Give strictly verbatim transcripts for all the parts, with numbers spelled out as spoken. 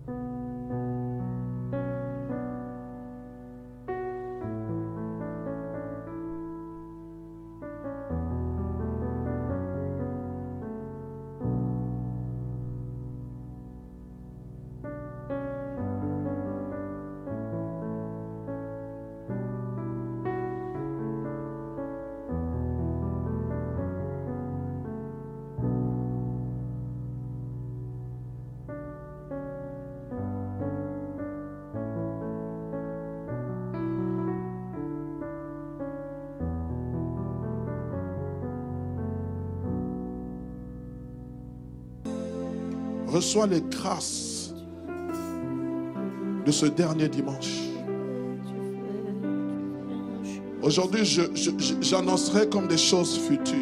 Reçois les grâces de ce dernier dimanche. Aujourd'hui, je, je, je, j'annoncerai comme des choses futures.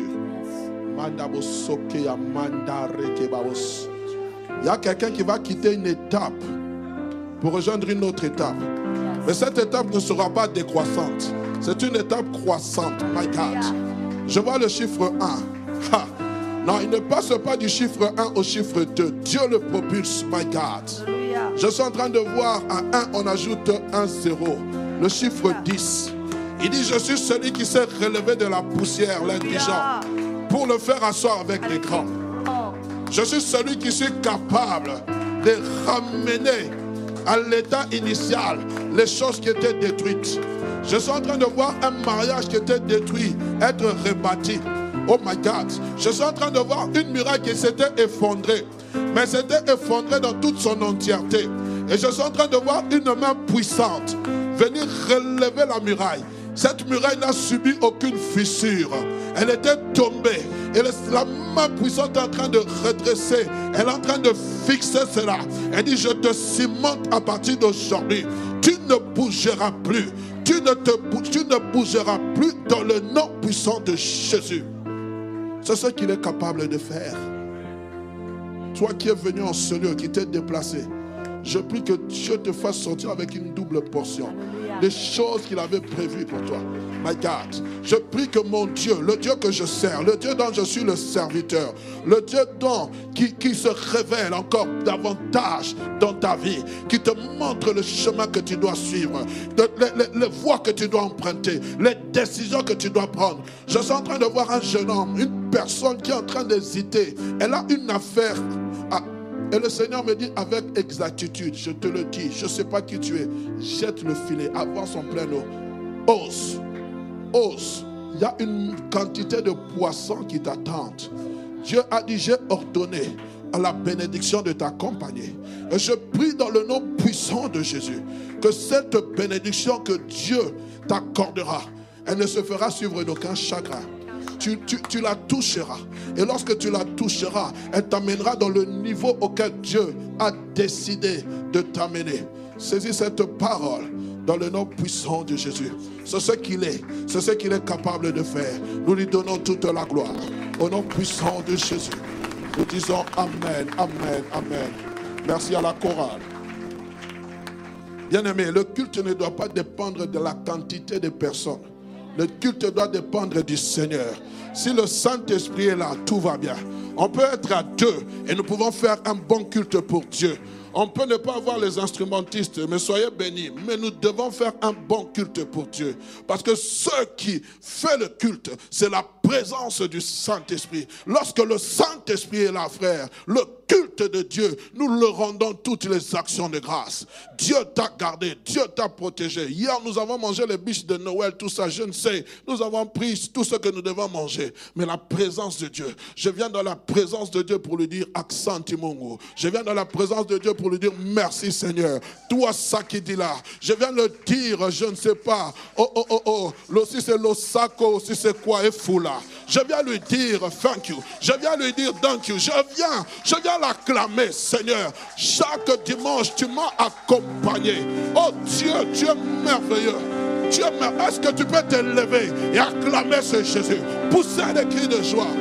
Il y a quelqu'un qui va quitter une étape pour rejoindre une autre étape. Mais cette étape ne sera pas décroissante. C'est une étape croissante. My God. Je vois le chiffre un. Ha. Non, il ne passe pas du chiffre un au chiffre deux. Dieu le propulse, my God. Je suis en train de voir à un, on ajoute un zéro. Le chiffre dix. Il dit, je suis celui qui s'est relevé de la poussière, l'indigent, pour le faire asseoir avec les grands. Je suis celui qui suis capable de ramener à l'état initial les choses qui étaient détruites. Je suis en train de voir un mariage qui était détruit, être rebâti. Oh my God, je suis en train de voir une muraille qui s'était effondrée, mais s'était effondrée dans toute son entièreté. Et je suis en train de voir une main puissante venir relever la muraille. Cette muraille n'a subi aucune fissure. Elle était tombée. Et la main puissante est en train de redresser. Elle est en train de fixer cela. Elle dit, je te cimente à partir d'aujourd'hui. Tu ne bougeras plus. Tu ne, te, tu ne bougeras plus dans le nom puissant de Jésus. C'est ce qu'il est capable de faire. Toi qui es venu en ce lieu, qui t'es déplacé, je prie que Dieu te fasse sortir avec une double portion. Des choses qu'il avait prévues pour toi. My God, je prie que mon Dieu, le Dieu que je sers, le Dieu dont je suis le serviteur, le Dieu dont qui, qui se révèle encore davantage dans ta vie, qui te montre le chemin que tu dois suivre, de, les, les, les voies que tu dois emprunter, les décisions que tu dois prendre. Je suis en train de voir un jeune homme, une personne qui est en train d'hésiter. Elle a une affaire à Et le Seigneur me dit avec exactitude, je te le dis, je ne sais pas qui tu es, jette le filet, avance en plein eau. Ose, ose. Il y a une quantité de poissons qui t'attendent. Dieu a dit, j'ai ordonné à la bénédiction de t'accompagner. Et je prie dans le nom puissant de Jésus, que cette bénédiction que Dieu t'accordera, elle ne se fera suivre d'aucun chagrin. Tu, tu, tu la toucheras. Et lorsque tu la toucheras, elle t'amènera dans le niveau auquel Dieu a décidé de t'amener. Saisis cette parole dans le nom puissant de Jésus. C'est ce qu'il est. C'est ce qu'il est capable de faire. Nous lui donnons toute la gloire. Au nom puissant de Jésus. Nous disons Amen, Amen, Amen. Merci à la chorale. Bien-aimé, le culte ne doit pas dépendre de la quantité de personnes. Le culte doit dépendre du Seigneur. Si le Saint-Esprit est là, tout va bien. On peut être à deux et nous pouvons faire un bon culte pour Dieu. On peut ne pas avoir les instrumentistes, mais soyez bénis. Mais nous devons faire un bon culte pour Dieu. Parce que ce qui fait le culte, c'est la présence du Saint-Esprit. Lorsque le Saint-Esprit est là, frère, le culte de Dieu, nous le rendons toutes les actions de grâce. Dieu t'a gardé, Dieu t'a protégé. Hier, nous avons mangé les biches de Noël, tout ça, je ne sais. Nous avons pris tout ce que nous devons manger. Mais la présence de Dieu, je viens dans la présence de Dieu pour lui dire accent Timongo. Je viens dans la présence de Dieu pour lui dire merci Seigneur. Toi, ça qui dit là, je viens le dire, je ne sais pas. Oh, oh, oh, oh. Si c'est l'Osako, si c'est quoi, et fou là. Je viens lui dire thank you. Je viens lui dire thank you. Je viens, je viens l'acclamer, Seigneur. Chaque dimanche, tu m'as accompagné. Oh Dieu, Dieu merveilleux. Dieu merveilleux. Est-ce que tu peux te lever et acclamer ce Jésus? Pousser des cris de joie.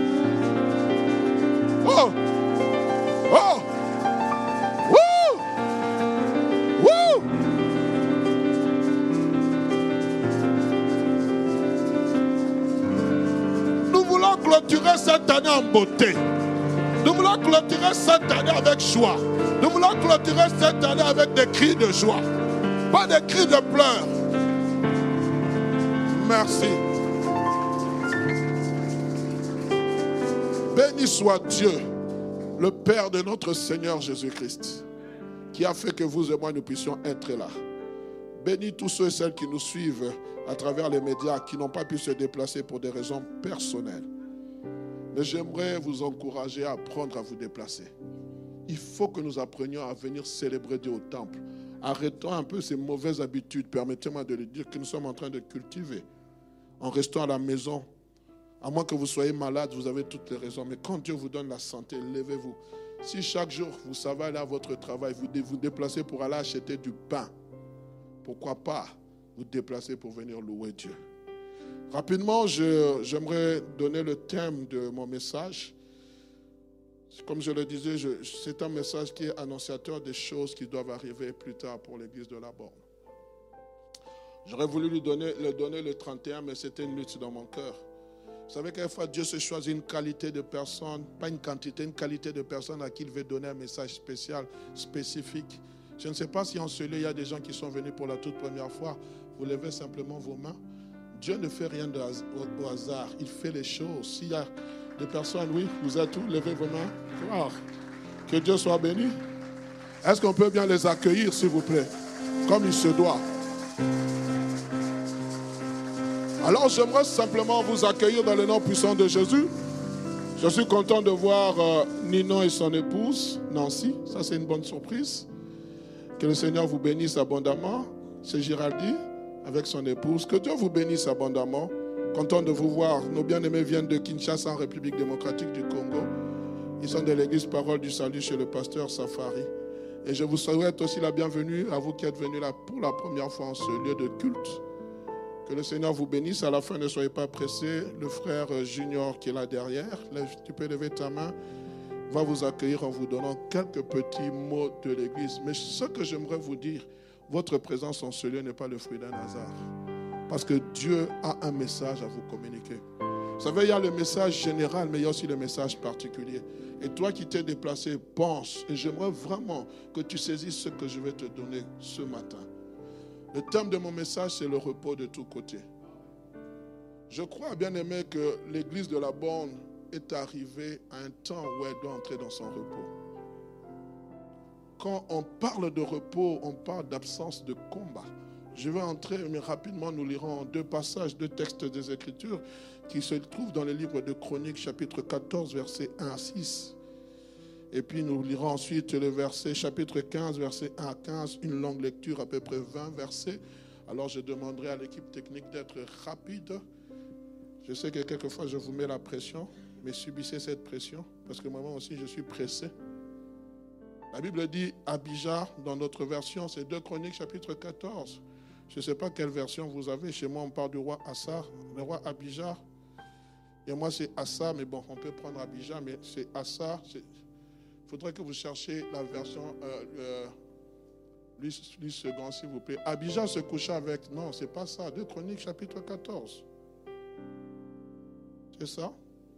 Oh, oh, wouh, wouh. Nous voulons clôturer cette année en beauté. Nous voulons clôturer cette année avec joie. Nous voulons clôturer cette année avec des cris de joie. Pas des cris de pleurs. Merci. Béni soit Dieu, le Père de notre Seigneur Jésus-Christ, qui a fait que vous et moi nous puissions être là. Bénis tous ceux et celles qui nous suivent à travers les médias, qui n'ont pas pu se déplacer pour des raisons personnelles. Mais j'aimerais vous encourager à apprendre à vous déplacer. Il faut que nous apprenions à venir célébrer Dieu au temple. Arrêtons un peu ces mauvaises habitudes, permettez-moi de le dire, que nous sommes en train de cultiver. En restant à la maison, à moins que vous soyez malade, vous avez toutes les raisons. Mais quand Dieu vous donne la santé, levez-vous. Si chaque jour, vous savez aller à votre travail, vous vous déplacez pour aller acheter du pain, pourquoi pas vous déplacer pour venir louer Dieu? Rapidement, je, j'aimerais donner le thème de mon message. Comme je le disais, je, c'est un message qui est annonciateur des choses qui doivent arriver plus tard pour l'église de la Borne. J'aurais voulu lui donner, le donner le trente et un, mais c'était une lutte dans mon cœur. Vous savez, quelquefois, Dieu se choisit une qualité de personnes, pas une quantité, une qualité de personnes à qui il veut donner un message spécial, spécifique. Je ne sais pas si en ce lieu, il y a des gens qui sont venus pour la toute première fois. Vous levez simplement vos mains. Dieu ne fait rien de, au, au hasard. Il fait les choses. S'il y a des personnes, oui, vous êtes tous, levez vos mains. Wow. Que Dieu soit béni. Est-ce qu'on peut bien les accueillir, s'il vous plaît, comme il se doit? Alors, j'aimerais simplement vous accueillir dans le nom puissant de Jésus. Je suis content de voir euh, Ninon et son épouse, Nancy. Ça, c'est une bonne surprise. Que le Seigneur vous bénisse abondamment. C'est Géraldine avec son épouse. Que Dieu vous bénisse abondamment. Content de vous voir. Nos bien-aimés viennent de Kinshasa, en République démocratique du Congo. Ils sont de l'église Parole du Salut chez le pasteur Safari. Et je vous souhaite aussi la bienvenue à vous qui êtes venus là pour la première fois en ce lieu de culte. Que le Seigneur vous bénisse. À la fin, ne soyez pas pressés. Le frère Junior qui est là derrière, tu peux lever ta main, va vous accueillir en vous donnant quelques petits mots de l'église. Mais ce que j'aimerais vous dire, votre présence en ce lieu n'est pas le fruit d'un hasard. Parce que Dieu a un message à vous communiquer. Vous savez, il y a le message général, mais il y a aussi le message particulier. Et toi qui t'es déplacé, pense. Et j'aimerais vraiment que tu saisisses ce que je vais te donner ce matin. Le thème de mon message, c'est le repos de tous côtés. Je crois, bien aimé, que l'église de la Borne est arrivée à un temps où elle doit entrer dans son repos. Quand on parle de repos, on parle d'absence de combat. Je vais entrer, mais rapidement, nous lirons deux passages, deux textes des Écritures qui se trouvent dans le livre de Chroniques, chapitre quatorze, versets un à six. Et puis nous lirons ensuite le verset, chapitre quinze, versets un à quinze, une longue lecture, à peu près vingt versets. Alors je demanderai à l'équipe technique d'être rapide. Je sais que quelquefois je vous mets la pression, mais subissez cette pression, parce que moi aussi je suis pressé. La Bible dit Abijah, dans notre version, c'est deux Chroniques, chapitre quatorze. Je ne sais pas quelle version vous avez. Chez moi, on parle du roi Assa, le roi Abijah. Et moi, c'est Assa, mais bon, on peut prendre Abijah, mais c'est Assa. Il faudrait que vous cherchiez la version, euh, euh, lui, lui second, s'il vous plaît. Abijah se coucha avec, non, c'est pas ça, deux Chroniques, chapitre quatorze. C'est ça?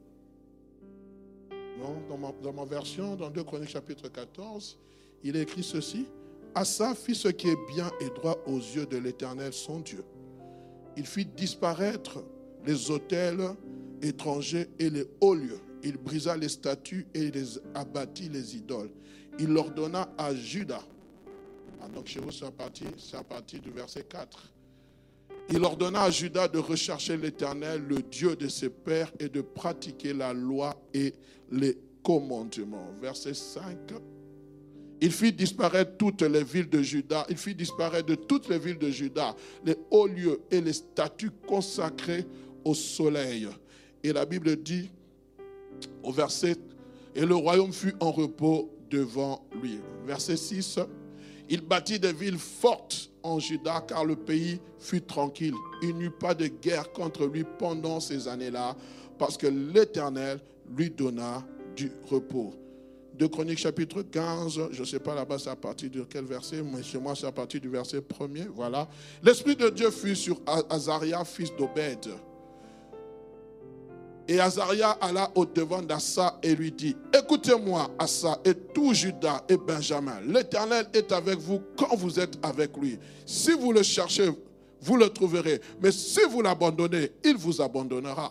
Non, dans ma, dans ma version, dans deux Chroniques, chapitre quatorze, il est écrit ceci. Assa fit ce qui est bien et droit aux yeux de l'Éternel, son Dieu. Il fit disparaître les autels étrangers et les hauts lieux. Il brisa les statues et les abattit les idoles. Il ordonna à Juda. Ah, donc chez vous, c'est à partir, c'est à partir du verset quatre. Il ordonna à Juda de rechercher l'Éternel, le Dieu de ses pères, et de pratiquer la loi et les commandements. Verset cinq. Il fit disparaître toutes les villes de Juda. Il fit disparaître de toutes les villes de Juda les hauts lieux et les statues consacrées au soleil. Et la Bible dit au verset, et le royaume fut en repos devant lui. Verset six, il bâtit des villes fortes en Juda, car le pays fut tranquille. Il n'y eut pas de guerre contre lui pendant ces années-là, parce que l'Éternel lui donna du repos. deux Chroniques chapitre quinze, je ne sais pas là-bas c'est à partir de quel verset, mais chez moi c'est à partir du verset premier, voilà. L'Esprit de Dieu fut sur Azaria, fils d'Obed. Et Azaria alla au-devant d'Assa et lui dit, écoutez-moi, Assa et tout Juda et Benjamin, l'Éternel est avec vous quand vous êtes avec lui. Si vous le cherchez, vous le trouverez. Mais si vous l'abandonnez, il vous abandonnera.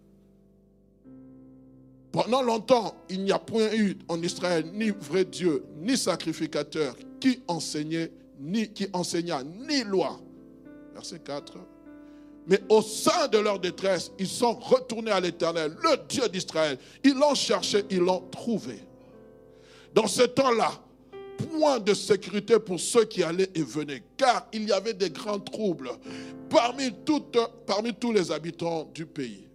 Pendant longtemps, il n'y a point eu en Israël ni vrai Dieu, ni sacrificateur qui enseignait, ni, qui enseigna, ni loi. Verset quatre. Mais au sein de leur détresse, ils sont retournés à l'Éternel, le Dieu d'Israël. Ils l'ont cherché, ils l'ont trouvé. Dans ce temps-là, point de sécurité pour ceux qui allaient et venaient, car il y avait des grands troubles parmi, toutes, parmi tous les habitants du pays.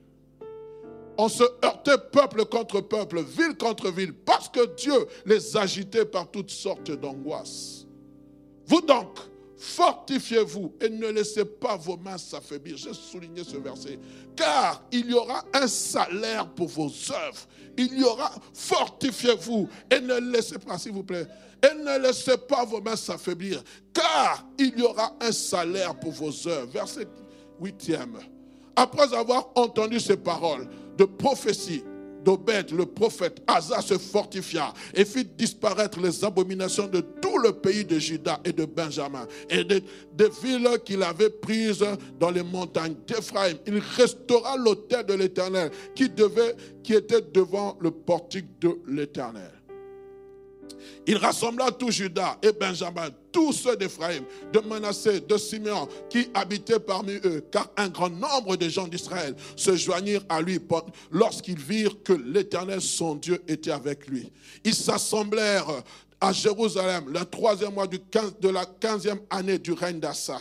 On se heurtait peuple contre peuple, ville contre ville, parce que Dieu les agitait par toutes sortes d'angoisses. Vous donc, fortifiez-vous et ne laissez pas vos mains s'affaiblir. J'ai souligné ce verset. Car il y aura un salaire pour vos œuvres. Il y aura, fortifiez-vous et ne laissez pas, s'il vous plaît, et ne laissez pas vos mains s'affaiblir. Car il y aura un salaire pour vos œuvres. Verset huitième. Après avoir entendu ces paroles de prophétie d'Obed, le prophète, Asa se fortifia et fit disparaître les abominations de tout le pays de Juda et de Benjamin et des de villes qu'il avait prises dans les montagnes d'Éphraïm. Il restaura l'autel de l'Éternel qui, devait, qui était devant le portique de l'Éternel. Il rassembla tout Juda et Benjamin, tous ceux d'Éphraïm, de Manassé, de Simeon, qui habitaient parmi eux, car un grand nombre de gens d'Israël se joignirent à lui lorsqu'ils virent que l'Éternel, son Dieu, était avec lui. Ils s'assemblèrent à Jérusalem le troisième mois du quinze, de la quinzième année du règne d'Assa.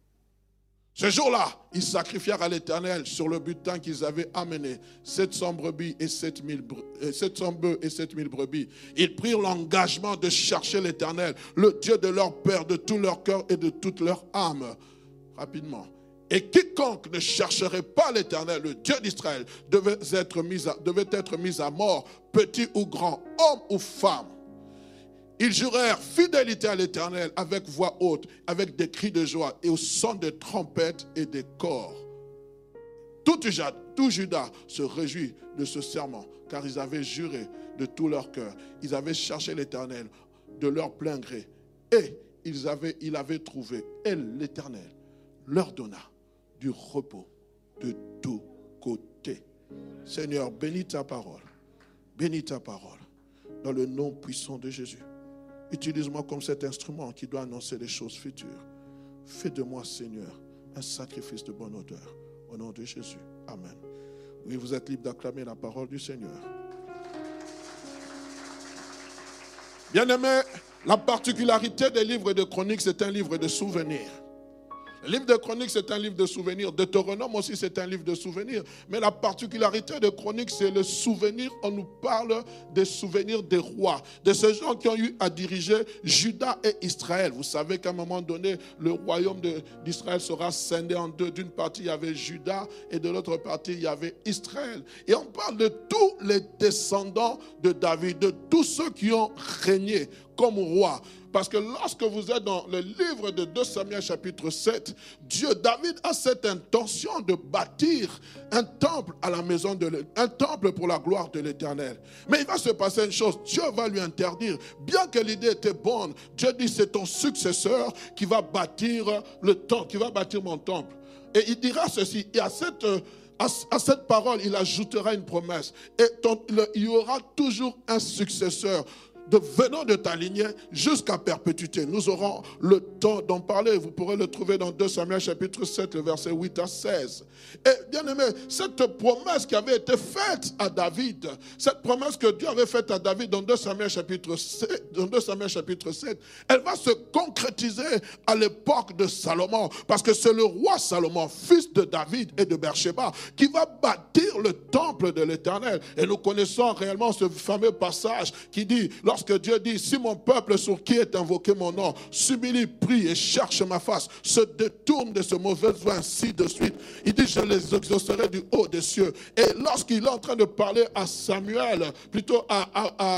Ce jour-là, ils sacrifièrent à l'Éternel sur le butin qu'ils avaient amené sept cents brebis et sept mille bœufs et sept mille brebis. Ils prirent l'engagement de chercher l'Éternel, le Dieu de leur père, de tout leur cœur et de toute leur âme. Rapidement. Et quiconque ne chercherait pas l'Éternel, le Dieu d'Israël, devait être mis à, devait être mis à mort, petit ou grand, homme ou femme. Ils jurèrent fidélité à l'Éternel avec voix haute, avec des cris de joie et au son de trompettes et des cors. Tout Juda, tout Juda se réjouit de ce serment, car ils avaient juré de tout leur cœur. Ils avaient cherché l'Éternel de leur plein gré. Et ils avaient, ils avaient trouvé. Et l'Éternel leur donna du repos de tous côtés. Seigneur, bénis ta parole. Bénis ta parole. Dans le nom puissant de Jésus. Utilise-moi comme cet instrument qui doit annoncer les choses futures. Fais de moi, Seigneur, un sacrifice de bonne odeur. Au nom de Jésus. Amen. Oui, vous êtes libre d'acclamer la parole du Seigneur. Bien-aimés, la particularité des livres de Chroniques, c'est un livre de souvenirs. Le livre de Chroniques, c'est un livre de souvenirs. Deutéronome aussi, c'est un livre de souvenirs. Mais la particularité de Chroniques, c'est le souvenir. On nous parle des souvenirs des rois, de ces gens qui ont eu à diriger Juda et Israël. Vous savez qu'à un moment donné, le royaume de, d'Israël sera scindé en deux. D'une partie, il y avait Juda et de l'autre partie, il y avait Israël. Et on parle de tous les descendants de David, de tous ceux qui ont régné comme rois. Parce que lorsque vous êtes dans le livre de deux Samuel chapitre sept, Dieu, David a cette intention de bâtir un temple à la maison de l'Éternel, un temple pour la gloire de l'Éternel. Mais il va se passer une chose, Dieu va lui interdire. Bien que l'idée était bonne, Dieu dit c'est ton successeur qui va bâtir le temple, qui va bâtir mon temple. Et il dira ceci, et à cette... À, à cette parole, il ajoutera une promesse. Et ton, le, il y aura toujours un successeur de venant de ta lignée jusqu'à perpétuité. Nous aurons le temps d'en parler. Vous pourrez le trouver dans deux Samuel chapitre sept, le verset huit à seize. Et bien aimé, cette promesse qui avait été faite à David, cette promesse que Dieu avait faite à David dans deux Samuel chapitre sept, dans deux Samuel chapitre sept, elle va se concrétiser à l'époque de Salomon. Parce que c'est le roi Salomon, fils de David et de Beersheba, qui va bâtir le temple de l'Éternel. Et nous connaissons réellement ce fameux passage qui dit, lorsque Dieu dit, si mon peuple sur qui est invoqué mon nom, s'humilie, prie et cherche ma face, se détourne de ce mauvais oeuvre, ainsi de suite. Il dit, je les exaucerai du haut des cieux. Et lorsqu'il est en train de parler à Samuel, plutôt à, à, à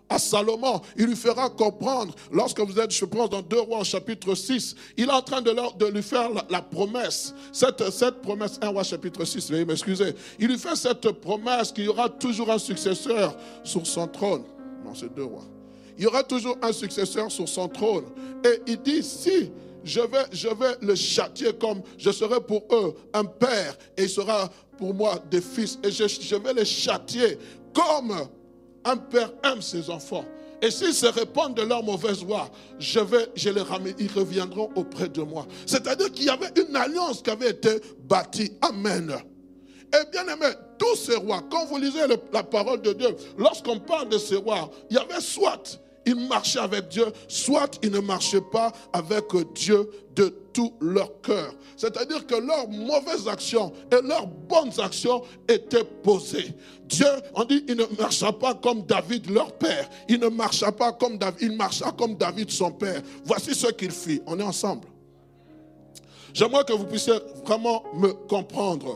à Salomon, il lui fera comprendre, lorsque vous êtes, je pense, dans deux Rois chapitre six, il est en train de, leur, de lui faire la, la promesse, cette, cette promesse, un Roi chapitre six, veuillez m'excuser, il lui fait cette promesse qu'il y aura toujours un successeur sur son trône. Non, c'est deux Rois. Il y aura toujours un successeur sur son trône. Et il dit, si je vais, je vais le châtier comme je serai pour eux un père, et il sera pour moi des fils, et je, je vais les châtier comme un père aime ses enfants. Et s'ils se répandent de leur mauvaise voie, je vais, je les ramène, ils reviendront auprès de moi. C'est-à-dire qu'il y avait une alliance qui avait été bâtie. Amen. Et bien aimé, tous ces rois, quand vous lisez le, la parole de Dieu, lorsqu'on parle de ces rois, il y avait soit ils marchaient avec Dieu, soit ils ne marchaient pas avec Dieu de tout leur cœur. C'est-à-dire que leurs mauvaises actions et leurs bonnes actions étaient posées. Dieu, on dit, il ne marcha pas comme David, leur père. Il ne marcha pas comme David, il marcha comme David, son père. Voici ce qu'il fit. On est ensemble. J'aimerais que vous puissiez vraiment me comprendre.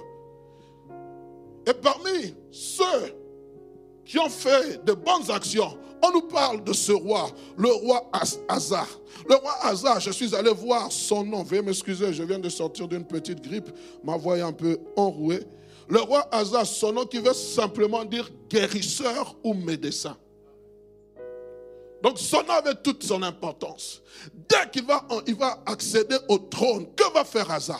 Et parmi ceux qui ont fait de bonnes actions, on nous parle de ce roi, le roi Asa. Le roi Asa, je suis allé voir son nom. Veuillez m'excuser, je viens de sortir d'une petite grippe. Ma voix est un peu enrouée. Le roi Asa, son nom qui veut simplement dire guérisseur ou médecin. Donc son nom avait toute son importance. Dès qu'il va, il va accéder au trône, que va faire Asa?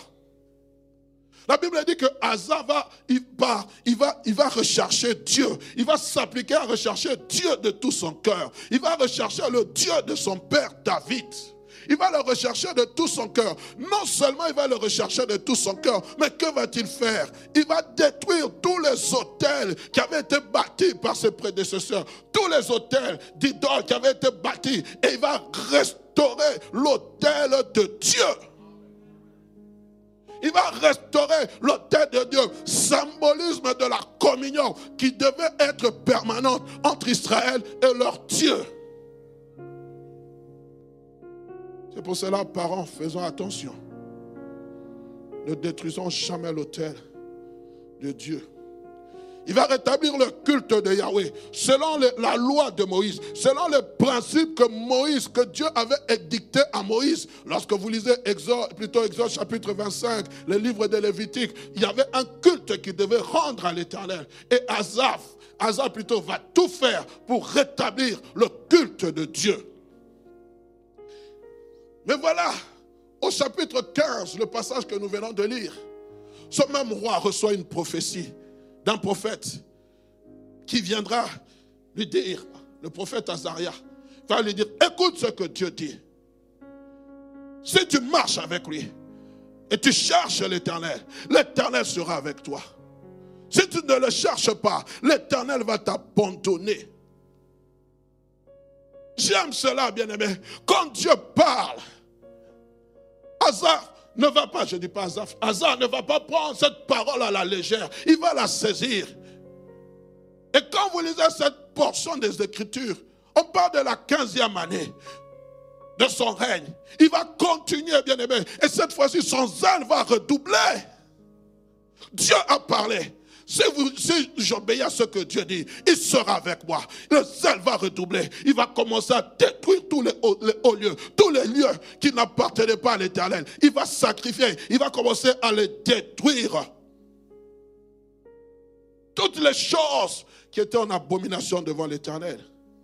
La Bible dit que Asa va, il va, il va, il va rechercher Dieu. Il va s'appliquer à rechercher Dieu de tout son cœur. Il va rechercher le Dieu de son père David. Il va le rechercher de tout son cœur. Non seulement il va le rechercher de tout son cœur, mais que va-t-il faire? Il va détruire tous les autels qui avaient été bâtis par ses prédécesseurs. Tous les autels d'idoles qui avaient été bâtis. Et il va restaurer l'autel de Dieu. Il va restaurer l'autel de Dieu, symbolisme de la communion qui devait être permanente entre Israël et leur Dieu. C'est pour cela, parents, faisons attention. Ne détruisons jamais l'autel de Dieu. Il va rétablir le culte de Yahweh selon les, la loi de Moïse, selon les principes que Moïse, que Dieu avait édicté à Moïse. Lorsque vous lisez Exode, plutôt Exode chapitre vingt-cinq, le livre de Lévitique, il y avait un culte qu'il devait rendre à l'Éternel. Et Asaph, Asaph plutôt va tout faire pour rétablir le culte de Dieu. Mais voilà, au chapitre quinze, le passage que nous venons de lire, ce même roi reçoit une prophétie d'un prophète qui viendra lui dire, le prophète Azaria, va lui dire, écoute ce que Dieu dit. Si tu marches avec lui et tu cherches l'Éternel, l'Éternel sera avec toi. Si tu ne le cherches pas, l'Éternel va t'abandonner. J'aime cela, bien-aimé. Quand Dieu parle, Asa ne va pas, je ne dis pas Asa, Asa ne va pas prendre cette parole à la légère. Il va la saisir. Et quand vous lisez cette portion des Écritures, on parle de la quinzième année de son règne. Il va continuer, bien-aimé. Et cette fois-ci, son zèle va redoubler. Dieu a parlé. Si, vous, si j'obéis à ce que Dieu dit, il sera avec moi. Le zèle va redoubler. Il va commencer à détruire tous les hauts, les hauts lieux, tous les lieux qui n'appartenaient pas à l'Éternel. Il va sacrifier. Il va commencer à les détruire. Toutes les choses qui étaient en abomination devant l'Éternel.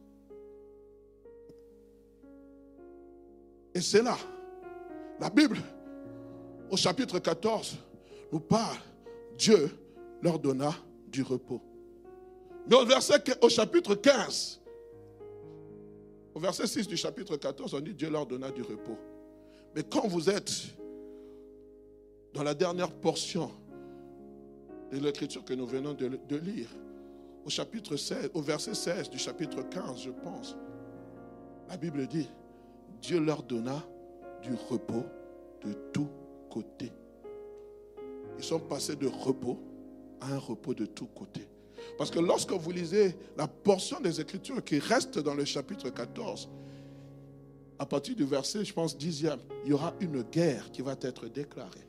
Et c'est là, la Bible, au chapitre quatorze, nous parle, Dieu leur donna du repos. Mais au, verset, au chapitre quinze, au verset six du chapitre quatorze, on dit Dieu leur donna du repos. Mais quand vous êtes dans la dernière portion de l'écriture que nous venons de, de lire, au chapitre seize, au verset seize du chapitre quinze, je pense, la Bible dit Dieu leur donna du repos de tous côtés. Ils sont passés de repos à un repos de tous côtés. Parce que lorsque vous lisez la portion des Écritures qui reste dans le chapitre quatorze, à partir du verset, je pense, dixième, il y aura une guerre qui va être déclarée.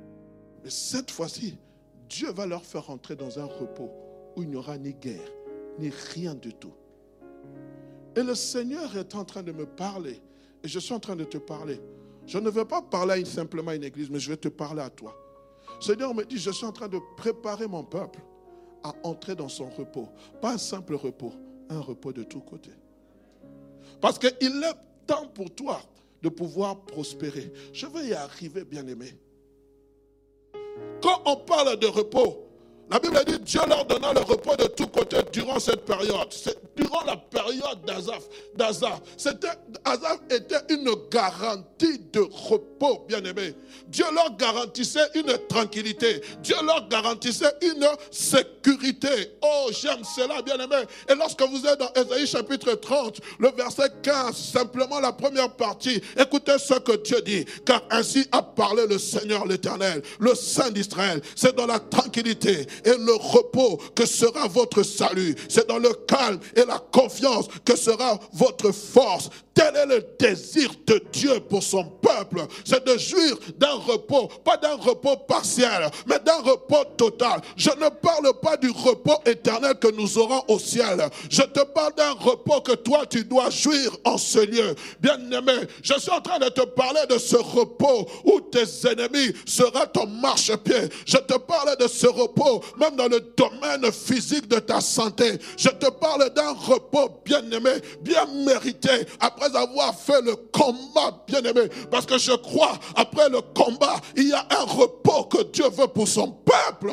Mais cette fois-ci, Dieu va leur faire entrer dans un repos où il n'y aura ni guerre, ni rien du tout. Et le Seigneur est en train de me parler. Et je suis en train de te parler. Je ne vais pas parler à une, simplement à une église, mais je vais te parler à toi. Le Seigneur me dit, je suis en train de préparer mon peuple à entrer dans son repos. Pas un simple repos, un repos de tous côtés. Parce qu'il est temps pour toi de pouvoir prospérer. Je vais y arriver, bien-aimé. Quand on parle de repos, la Bible dit, Dieu leur donna le repos de tous côtés durant cette période. C'est durant la période d'Azaph. d'Azaph. C'était, Azaph était une garantie de repos, bien-aimé. Dieu leur garantissait une tranquillité. Dieu leur garantissait une sécurité. Oh, j'aime cela, bien-aimé. Et lorsque vous êtes dans Ésaïe chapitre trente, le verset quinze, simplement la première partie, écoutez ce que Dieu dit. Car ainsi a parlé le Seigneur l'Éternel, le Saint d'Israël. C'est dans la tranquillité et le repos que sera votre salut. C'est dans le calme et la confiance que sera votre force. Tel est le désir de Dieu pour son peuple. C'est de jouir d'un repos, pas d'un repos partiel, mais d'un repos total. Je ne parle pas du repos éternel que nous aurons au ciel. Je te parle d'un repos que toi tu dois jouir en ce lieu. Bien-aimé, je suis en train de te parler de ce repos où tes ennemis seront ton marchepied. Je te parle de ce repos même dans le domaine physique de ta santé. Je te parle d'un repos bien-aimé, bien mérité, après avoir fait le combat, bien-aimé. Parce que je crois, après le combat, il y a un repos que Dieu veut pour son peuple.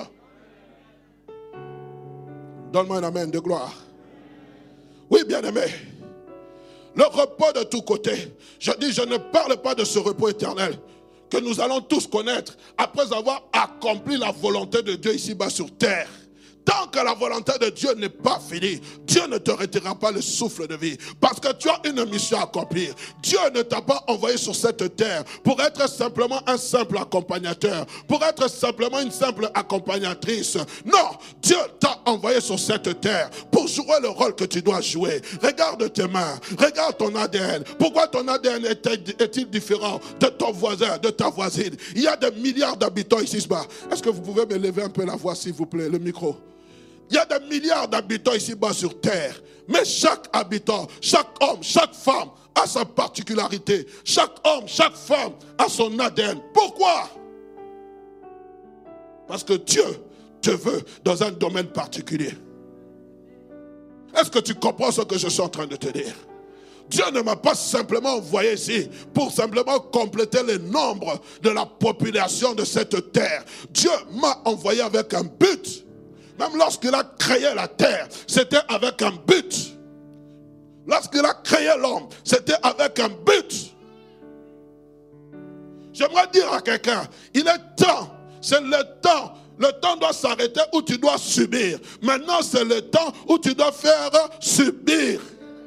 Donne-moi un amen de gloire. Oui, bien-aimé. Le repos de tous côtés. Je dis, je ne parle pas de ce repos éternel que nous allons tous connaître après avoir accompli la volonté de Dieu ici-bas sur terre. Tant que la volonté de Dieu n'est pas finie, Dieu ne te retirera pas le souffle de vie. Parce que tu as une mission à accomplir. Dieu ne t'a pas envoyé sur cette terre pour être simplement un simple accompagnateur, pour être simplement une simple accompagnatrice. Non, Dieu t'a envoyé sur cette terre pour jouer le rôle que tu dois jouer. Regarde tes mains, regarde ton A D N. Pourquoi ton A D N est-il différent de ton voisin, de ta voisine? Il y a des milliards d'habitants ici-bas. Est-ce que vous pouvez me lever un peu la voix, s'il vous plaît, le micro? Il y a des milliards d'habitants ici-bas sur terre. Mais chaque habitant, chaque homme, chaque femme a sa particularité. Chaque homme, chaque femme a son A D N. Pourquoi? Parce que Dieu te veut dans un domaine particulier. Est-ce que tu comprends ce que je suis en train de te dire? Dieu ne m'a pas simplement envoyé ici pour simplement compléter le nombre de la population de cette terre. Dieu m'a envoyé avec un but. Même lorsqu'il a créé la terre, c'était avec un but. Lorsqu'il a créé l'homme, c'était avec un but. J'aimerais dire à quelqu'un, il est temps, c'est le temps. Le temps doit s'arrêter où tu dois subir. Maintenant, c'est le temps où tu dois faire subir.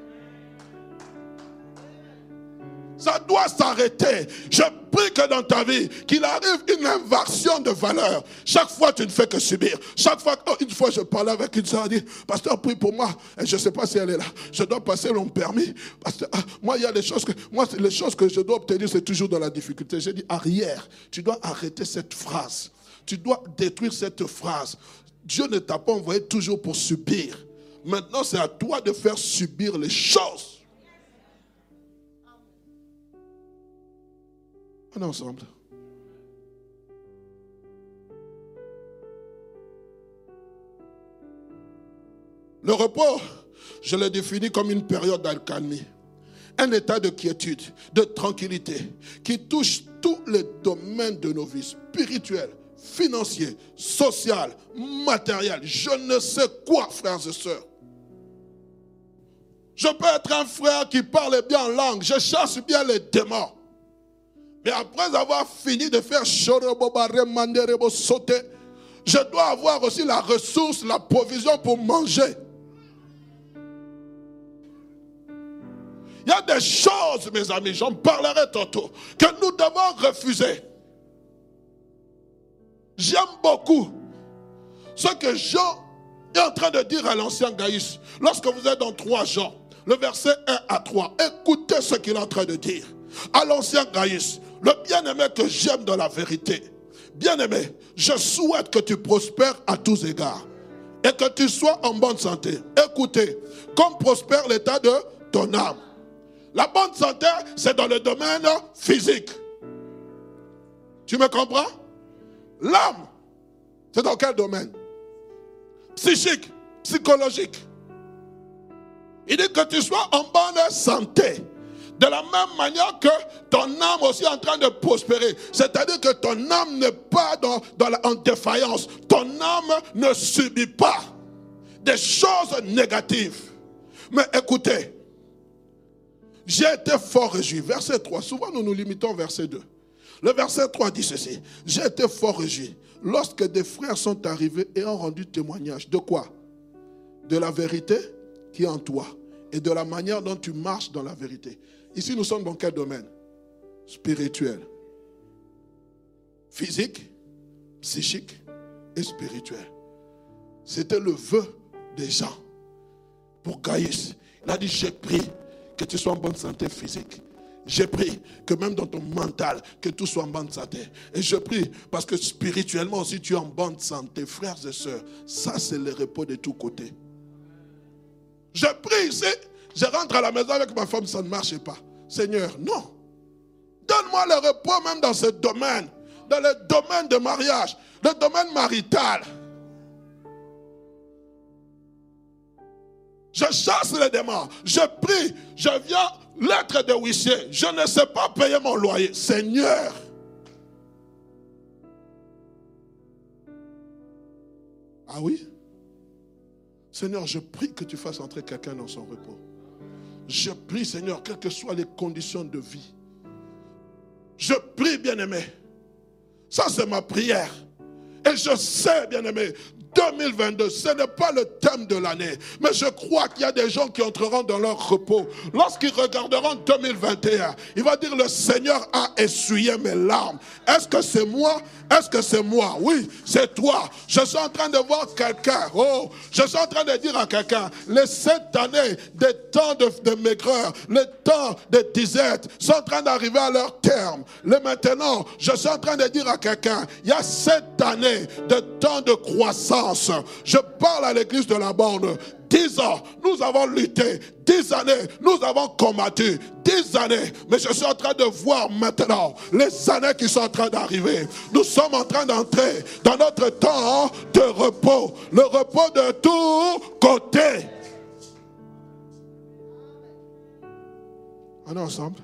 Ça doit s'arrêter. Je prie que dans ta vie, qu'il arrive une inversion de valeur. Chaque fois, tu ne fais que subir. Chaque fois, oh, une fois, je parlais avec une soeur, elle dit, pasteur, prie pour moi. Et je ne sais pas si elle est là. Je dois passer mon permis. Pasteur, ah, moi, il y a des choses que, moi, les choses que je dois obtenir, c'est toujours dans la difficulté. J'ai dit, arrière, tu dois arrêter cette phrase. Tu dois détruire cette phrase. Dieu ne t'a pas envoyé toujours pour subir. Maintenant, c'est à toi de faire subir les choses. On est ensemble. Le repos, je le définis comme une période d'accalmie. Un état de quiétude, de tranquillité, qui touche tous les domaines de nos vies, spirituels, financiers, sociaux, matériels. Je ne sais quoi, frères et sœurs. Je peux être un frère qui parle bien en langue, je chasse bien les démons. Mais après avoir fini de faire sauter, je dois avoir aussi la ressource, la provision pour manger. Il y a des choses, mes amis, j'en parlerai tantôt, que nous devons refuser. J'aime beaucoup ce que Jean est en train de dire à l'ancien Gaius. Lorsque vous êtes dans trois Jean, le verset un à trois, écoutez ce qu'il est en train de dire. À l'ancien Gaius, le bien-aimé que j'aime dans la vérité. Bien-aimé, je souhaite que tu prospères à tous égards et que tu sois en bonne santé. Écoutez, comme prospère l'état de ton âme. La bonne santé, c'est dans le domaine physique. Tu me comprends? L'âme, c'est dans quel domaine? Psychique, psychologique. Il dit que tu sois en bonne santé. De la même manière que ton âme aussi est en train de prospérer. C'est-à-dire que ton âme n'est pas dans, dans la, en défaillance. Ton âme ne subit pas des choses négatives. Mais écoutez, j'ai été fort réjoui. Verset trois, souvent nous nous limitons au verset deux. Le verset trois dit ceci. J'ai été fort réjoui lorsque des frères sont arrivés et ont rendu témoignage. De quoi? De la vérité qui est en toi et de la manière dont tu marches dans la vérité. Ici, nous sommes dans quel domaine? Spirituel. Physique, psychique et spirituel. C'était le vœu des gens pour Gaius. Il a dit, j'ai pris que tu sois en bonne santé physique. J'ai pris que même dans ton mental, que tout soit en bonne santé. Et je prie parce que spirituellement aussi, tu es en bonne santé. Frères et sœurs, ça c'est le repos de tous côtés. Je prie ici, je rentre à la maison avec ma femme, ça ne marche pas. Seigneur, non. Donne-moi le repos même dans ce domaine. Dans le domaine de mariage, le domaine marital. Je chasse les démons. Je prie, je viens, lettre de huissier. Je ne sais pas payer mon loyer. Seigneur. Ah oui? Seigneur, je prie que tu fasses entrer quelqu'un dans son repos. Je prie, Seigneur, quelles que soient les conditions de vie. Je prie, bien-aimé. Ça, c'est ma prière. Et je sais, bien-aimé, deux mille vingt-deux, ce n'est pas le thème de l'année. Mais je crois qu'il y a des gens qui entreront dans leur repos. Lorsqu'ils regarderont deux mille vingt et un, ils vont dire, le Seigneur a essuyé mes larmes. Est-ce que c'est moi? Est-ce que c'est moi? Oui, c'est toi. Je suis en train de voir quelqu'un. Oh, je suis en train de dire à quelqu'un, les sept années des temps de, de maigreur, les temps de disette sont en train d'arriver à leur terme. Le maintenant, je suis en train de dire à quelqu'un, il y a sept années de temps de croissance. Je parle à l'église de la borne. Dix ans, nous avons lutté. Dix années, nous avons combattu. Dix années, mais je suis en train de voir maintenant les années qui sont en train d'arriver. Nous sommes en train d'entrer dans notre temps de repos. Le repos de tous côtés. On est ensemble.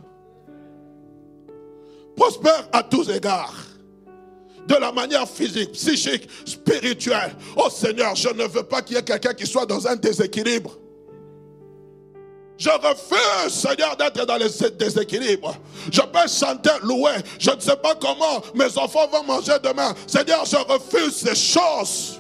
Prospère à tous égards. De la manière physique, psychique, spirituelle. Oh Seigneur, je ne veux pas qu'il y ait quelqu'un qui soit dans un déséquilibre. Je refuse, Seigneur, d'être dans le déséquilibre. Je peux chanter, louer. Je ne sais pas comment mes enfants vont manger demain. Seigneur, je refuse ces choses.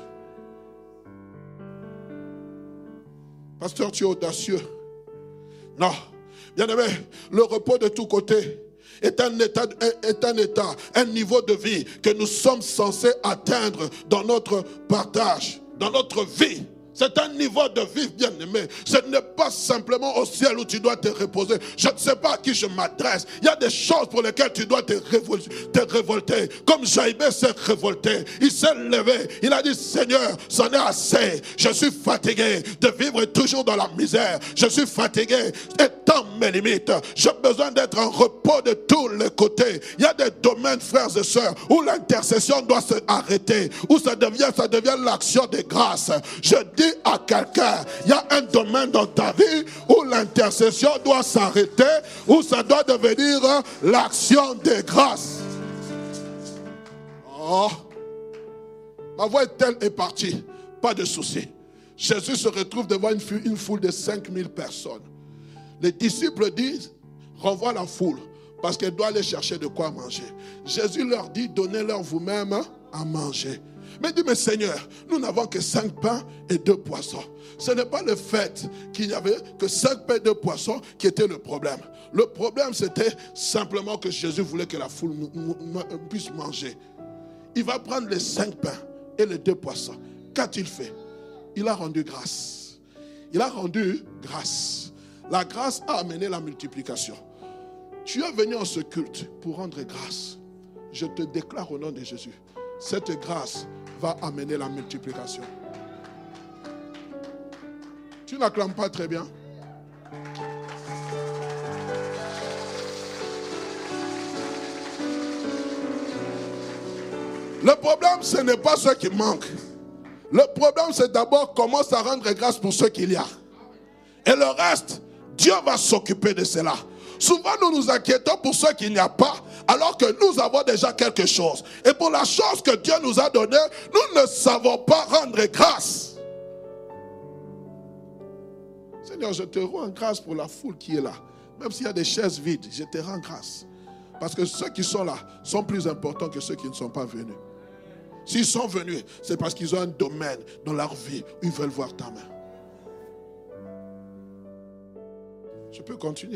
Pasteur, tu es audacieux. Non. Bien-aimé, le repos de tous côtés est un état, est un état, un niveau de vie que nous sommes censés atteindre dans notre partage, dans notre vie. C'est un niveau de vie, bien aimé. Ce n'est pas simplement au ciel où tu dois te reposer. Je ne sais pas à qui je m'adresse. Il y a des choses pour lesquelles tu dois te révolter. Te révolter. Comme Jaïbé s'est révolté. Il s'est levé. Il a dit, Seigneur, c'en est assez. Je suis fatigué de vivre toujours dans la misère. Je suis fatigué. Étant mes limites. J'ai besoin d'être en repos de tous les côtés. Il y a des domaines, frères et sœurs, où l'intercession doit s'arrêter. Où ça devient, ça devient l'action de grâce. Je dis à quelqu'un, il y a un domaine dans ta vie où l'intercession doit s'arrêter, où ça doit devenir l'action de grâce. Oh, ma voix est-elle est partie? Pas de souci. Jésus se retrouve devant une, une foule de cinq mille personnes. Les disciples disent, renvoie la foule, parce qu'elle doit aller chercher de quoi manger. Jésus leur dit, donnez-leur vous-même à manger. Mais il dit, mais Seigneur, nous n'avons que cinq pains et deux poissons. Ce n'est pas le fait qu'il n'y avait que cinq pains et deux poissons qui était le problème. Le problème, c'était simplement que Jésus voulait que la foule puisse manger. Il va prendre les cinq pains et les deux poissons. Qu'a-t-il fait? Il a rendu grâce. Il a rendu grâce. La grâce a amené la multiplication. Tu es venu en ce culte pour rendre grâce. Je te déclare au nom de Jésus, cette grâce va amener la multiplication. Tu n'acclames pas très bien. Le problème, ce n'est pas ce qui manque. Le problème, c'est d'abord commence à rendre grâce pour ce qu'il y a. Et le reste, Dieu va s'occuper de cela. Souvent, nous nous inquiétons pour ce qu'il n'y a pas, alors que nous avons déjà quelque chose. Et pour la chose que Dieu nous a donnée, nous ne savons pas rendre grâce. Seigneur, je te rends grâce pour la foule qui est là. Même s'il y a des chaises vides, je te rends grâce. Parce que ceux qui sont là sont plus importants que ceux qui ne sont pas venus. S'ils sont venus, c'est parce qu'ils ont un domaine dans leur vie où ils veulent voir ta main. Je peux continuer.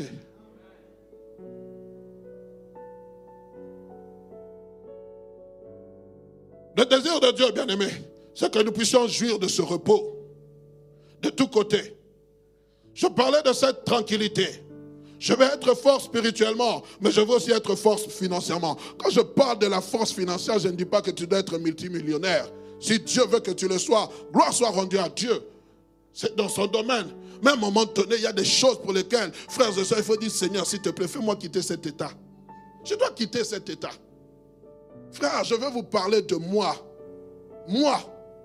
Le désir de Dieu, bien-aimé, c'est que nous puissions jouir de ce repos, de tous côtés. Je parlais de cette tranquillité. Je vais être fort spirituellement, mais je veux aussi être fort financièrement. Quand je parle de la force financière, je ne dis pas que tu dois être multimillionnaire. Si Dieu veut que tu le sois, gloire soit rendue à Dieu. C'est dans son domaine. Mais à un moment donné, il y a des choses pour lesquelles, frères et sœurs, il faut dire, Seigneur, s'il te plaît, fais-moi quitter cet état. Je dois quitter cet état. Frère, je vais vous parler de moi. Moi.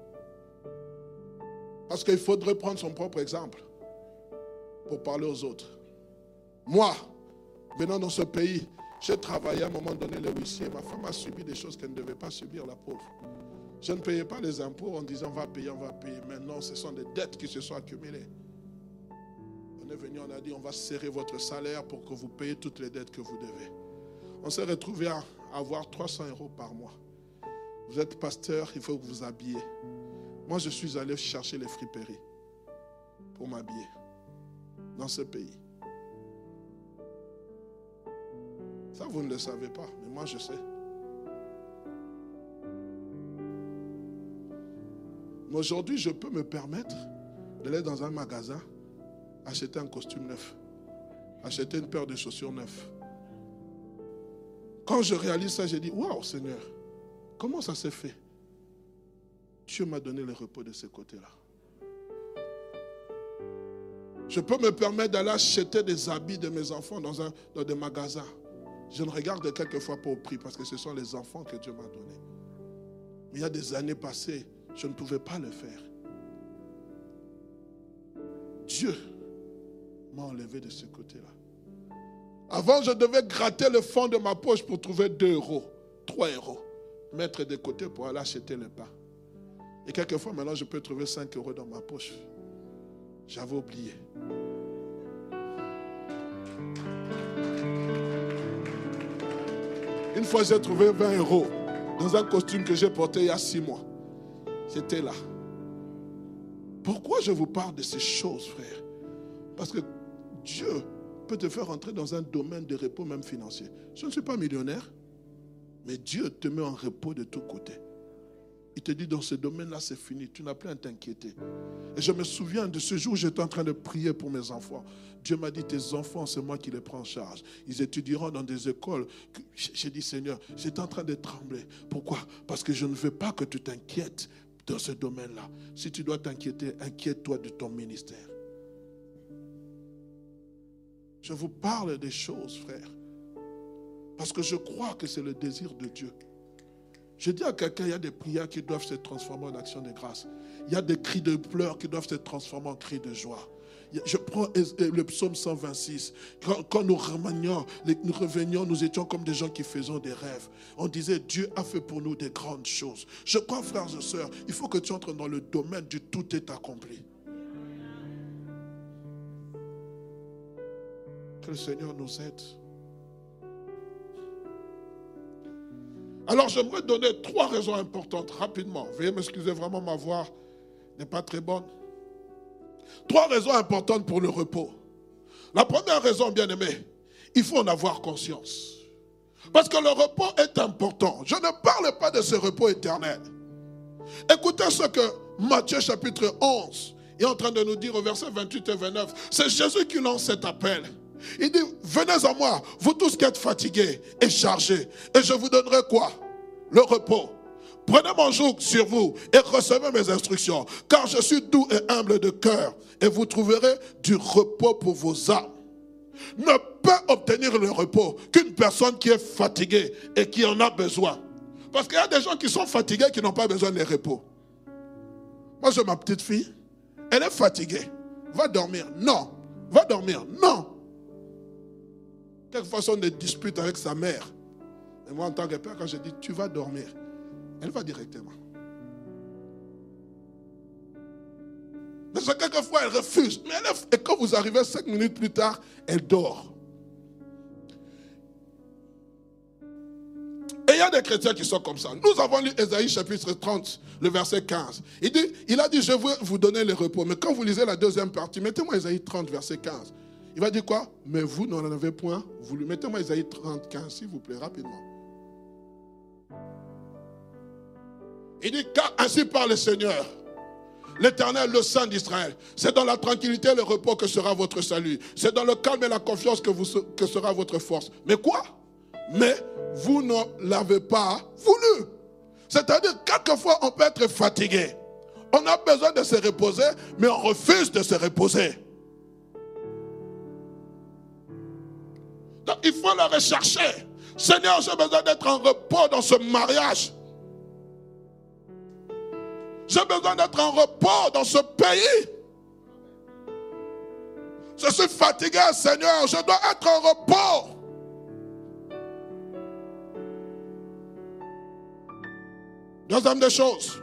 Parce qu'il faudrait prendre son propre exemple pour parler aux autres. Moi, venant dans ce pays, j'ai travaillé à un moment donné le huissier. Ma femme a subi des choses qu'elle ne devait pas subir, la pauvre. Je ne payais pas les impôts en disant on va payer, on va payer. Maintenant, ce sont des dettes qui se sont accumulées. On est venu, on a dit on va serrer votre salaire pour que vous payiez toutes les dettes que vous devez. On s'est retrouvé à avoir trois cents euros par mois. Vous êtes pasteur, il faut que vous vous habillez. Moi, je suis allé chercher les friperies pour m'habiller dans ce pays. Ça, vous ne le savez pas, mais moi, je sais. Mais aujourd'hui, je peux me permettre d'aller dans un magasin, acheter un costume neuf, acheter une paire de chaussures neuves. Quand je réalise ça, j'ai dit, waouh, Seigneur, comment ça s'est fait? Dieu m'a donné le repos de ce côté-là. Je peux me permettre d'aller acheter des habits de mes enfants dans, un, dans des magasins. Je ne regarde quelquefois pas au prix parce que ce sont les enfants que Dieu m'a donnés. Mais il y a des années passées, je ne pouvais pas le faire. Dieu m'a enlevé de ce côté-là. Avant, je devais gratter le fond de ma poche pour trouver deux euros, trois euros. Mettre de côté pour aller acheter le pain. Et quelquefois, maintenant, je peux trouver cinq euros dans ma poche. J'avais oublié. Une fois, j'ai trouvé vingt euros dans un costume que j'ai porté il y a six mois. J'étais là. Pourquoi je vous parle de ces choses, frère? Parce que Dieu peut te faire entrer dans un domaine de repos, même financier. Je ne suis pas millionnaire, mais Dieu te met en repos de tous côtés. Il te dit, dans ce domaine-là, c'est fini. Tu n'as plus à t'inquiéter. Et je me souviens de ce jour où j'étais en train de prier pour mes enfants. Dieu m'a dit, tes enfants, c'est moi qui les prends en charge. Ils étudieront dans des écoles. J'ai dit, Seigneur, j'étais en train de trembler. Pourquoi? Parce que je ne veux pas que tu t'inquiètes dans ce domaine-là. Si tu dois t'inquiéter, inquiète-toi de ton ministère. Je vous parle des choses, frère. Parce que je crois que c'est le désir de Dieu. Je dis à quelqu'un, il y a des prières qui doivent se transformer en action de grâce. Il y a des cris de pleurs qui doivent se transformer en cris de joie. Je prends le psaume cent vingt-six. Quand, quand nous revenions, nous revenions, nous étions comme des gens qui faisaient des rêves. On disait, Dieu a fait pour nous des grandes choses. Je crois, frères et sœurs, il faut que tu entres dans le domaine du tout est accompli. Que le Seigneur nous aide. Alors, j'aimerais donner trois raisons importantes, rapidement. Veuillez m'excuser, vraiment, ma voix n'est pas très bonne. Trois raisons importantes pour le repos. La première raison, bien aimé, il faut en avoir conscience. Parce que le repos est important. Je ne parle pas de ce repos éternel. Écoutez ce que Matthieu chapitre onze est en train de nous dire au verset vingt-huit et vingt-neuf. C'est Jésus qui lance cet appel. Il dit, venez à moi, vous tous qui êtes fatigués et chargés, et je vous donnerai quoi? Le repos. Prenez mon joug sur vous et recevez mes instructions, car je suis doux et humble de cœur, et vous trouverez du repos pour vos âmes. Ne peut obtenir le repos qu'une personne qui est fatiguée et qui en a besoin. Parce qu'il y a des gens qui sont fatigués qui n'ont pas besoin de repos. Moi, j'ai ma petite fille, elle est fatiguée. Va dormir. Non. Va dormir. Non. Quelquefois, on dispute avec sa mère. Et moi, en tant que père, quand je dis tu vas dormir, elle va directement. Mais quelquefois, elle refuse. Mais elle est... Et quand vous arrivez cinq minutes plus tard, elle dort. Et il y a des chrétiens qui sont comme ça. Nous avons lu Ésaïe chapitre trente, le verset quinze. Il, dit, il a dit, je veux vous donner le repos. Mais quand vous lisez la deuxième partie, mettez-moi Ésaïe trente, verset quinze. Il va dire quoi? Mais vous n'en avez point voulu. Mettez-moi Ésaïe trente, quinze, s'il vous plaît, rapidement. Il dit, car ainsi parle le Seigneur, l'Éternel, le Saint d'Israël. C'est dans la tranquillité et le repos que sera votre salut. C'est dans le calme et la confiance que, vous, que sera votre force. Mais quoi? Mais vous ne l'avez pas voulu. C'est-à-dire, quelquefois, on peut être fatigué. On a besoin de se reposer, mais on refuse de se reposer. Donc, il faut le rechercher. Seigneur, j'ai besoin d'être en repos dans ce mariage. J'ai besoin d'être en repos dans ce pays. Je suis fatigué, Seigneur. Je dois être en repos. Deuxième des choses,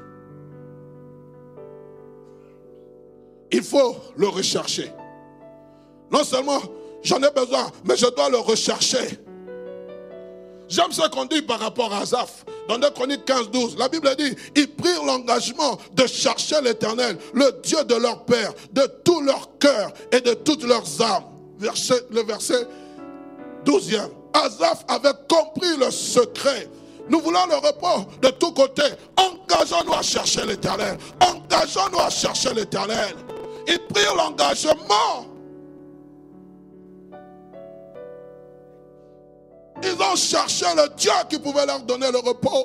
il faut le rechercher. Non seulement j'en ai besoin, mais je dois le rechercher. J'aime ce qu'on dit par rapport à Asaph. Dans deux Chroniques quinze, douze, la Bible dit, ils prirent l'engagement de chercher l'Éternel, le Dieu de leur Père, de tout leur cœur et de toutes leurs âmes. Verset, le verset douzième. Asaph avait compris le secret. Nous voulons le repos de tous côtés. Engageons-nous à chercher l'Éternel. Engageons-nous à chercher l'Éternel. Ils prirent l'engagement. Ils ont cherché le Dieu qui pouvait leur donner le repos.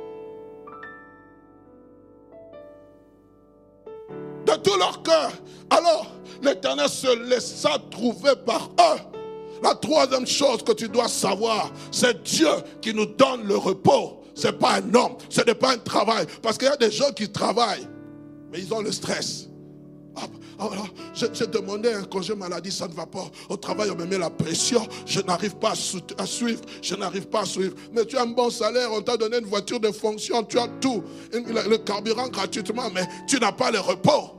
De tout leur cœur. Alors, l'Éternel se laissa trouver par eux. La troisième chose que tu dois savoir, c'est Dieu qui nous donne le repos. Ce n'est pas un homme, ce n'est pas un travail. Parce qu'il y a des gens qui travaillent, mais ils ont le stress. Ah, ah, j'ai demandé un congé maladie, ça ne va pas. Au travail, on me met la pression. Je n'arrive pas à suivre. Je n'arrive pas à suivre. Mais tu as un bon salaire, on t'a donné une voiture de fonction, tu as tout. Le carburant gratuitement, mais tu n'as pas le repos.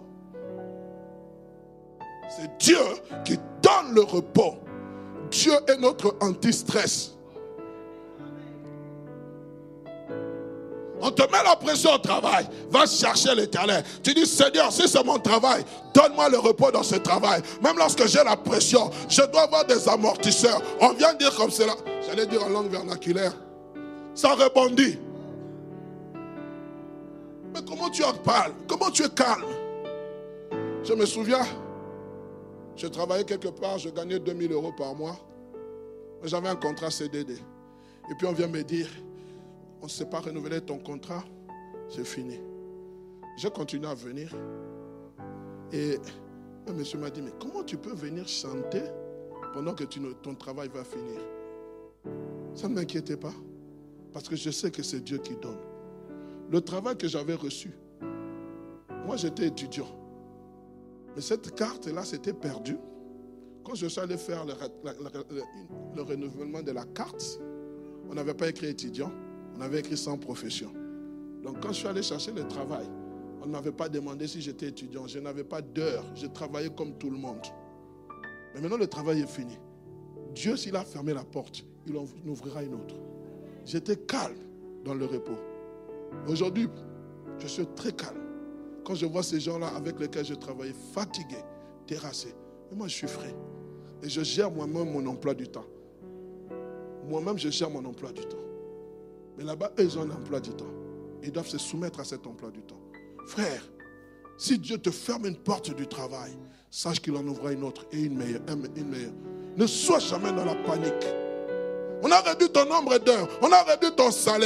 C'est Dieu qui donne le repos. Dieu est notre anti-stress. On te met la pression au travail. Va chercher l'Éternel. Tu dis, Seigneur, si c'est mon travail, donne-moi le repos dans ce travail. Même lorsque j'ai la pression, je dois avoir des amortisseurs. On vient dire comme cela. J'allais dire en langue vernaculaire. Ça rebondit. Mais comment tu en parles? Comment tu es calme? Je me souviens, je travaillais quelque part, je gagnais deux mille euros par mois. J'avais un contrat C D D. Et puis on vient me dire, on ne sait pas renouveler ton contrat, c'est fini. J'ai continué à venir. Et un monsieur m'a dit, mais comment tu peux venir chanter pendant que tu, ton travail va finir? Ça ne m'inquiétait pas. Parce que je sais que c'est Dieu qui donne. Le travail que j'avais reçu, moi j'étais étudiant. Mais cette carte-là, c'était perdu. Quand je suis allé faire le, le, le, le renouvellement de la carte, on n'avait pas écrit étudiant, on avait écrit sans profession. Donc quand je suis allé chercher le travail, on ne m'avait pas demandé si j'étais étudiant. Je n'avais pas d'heure, je travaillais comme tout le monde. Mais maintenant le travail est fini. Dieu, s'il a fermé la porte, il en ouvrira une autre. J'étais calme dans le repos. Aujourd'hui, je suis très calme. Quand je vois ces gens-là avec lesquels je travaillais, fatigués, terrassés, mais moi je suis frais. Et je gère moi-même mon emploi du temps. Moi-même, je gère mon emploi du temps. Mais là-bas, eux, ils ont un emploi du temps. Ils doivent se soumettre à cet emploi du temps. Frère, si Dieu te ferme une porte du travail, sache qu'il en ouvrira une autre et une meilleure, une meilleure. Ne sois jamais dans la panique. On a réduit ton nombre d'heures, on a réduit ton salaire.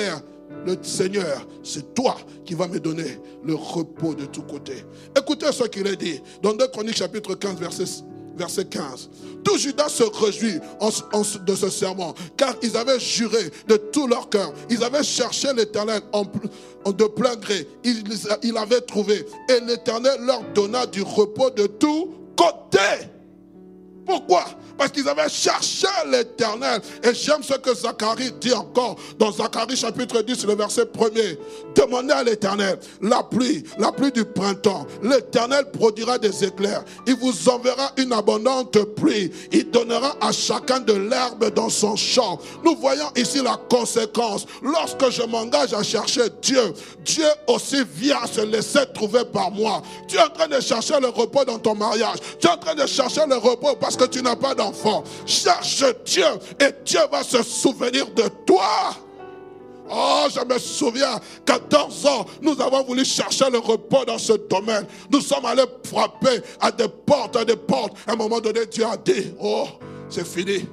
le Seigneur, c'est toi qui vas me donner le repos de tous côtés. Écoutez ce qu'il est dit dans deux Chroniques chapitre quinze, verset, verset quinze. Tout Judas se réjouit en, en, de ce serment, car ils avaient juré de tout leur cœur. Ils avaient cherché l'Éternel en, en, de plein gré. Ils, ils l'avaient trouvé. Et l'Éternel leur donna du repos de tous côtés. Pourquoi? Parce qu'ils avaient cherché l'Éternel. Et j'aime ce que Zacharie dit encore dans Zacharie chapitre dix, le verset premier. Demandez à l'Éternel la pluie, la pluie du printemps. L'Éternel produira des éclairs. Il vous enverra une abondante pluie. Il donnera à chacun de l'herbe dans son champ. Nous voyons ici la conséquence. Lorsque je m'engage à chercher Dieu, Dieu aussi vient se laisser trouver par moi. Tu es en train de chercher le repos dans ton mariage. Tu es en train de chercher le repos parce que tu n'as pas d'enfant. Cherche Dieu et Dieu va se souvenir de toi. Oh, je me souviens, quatorze ans, nous avons voulu chercher le repos dans ce domaine. Nous sommes allés frapper à des portes, à des portes. À un moment donné, Dieu a dit, oh, c'est fini.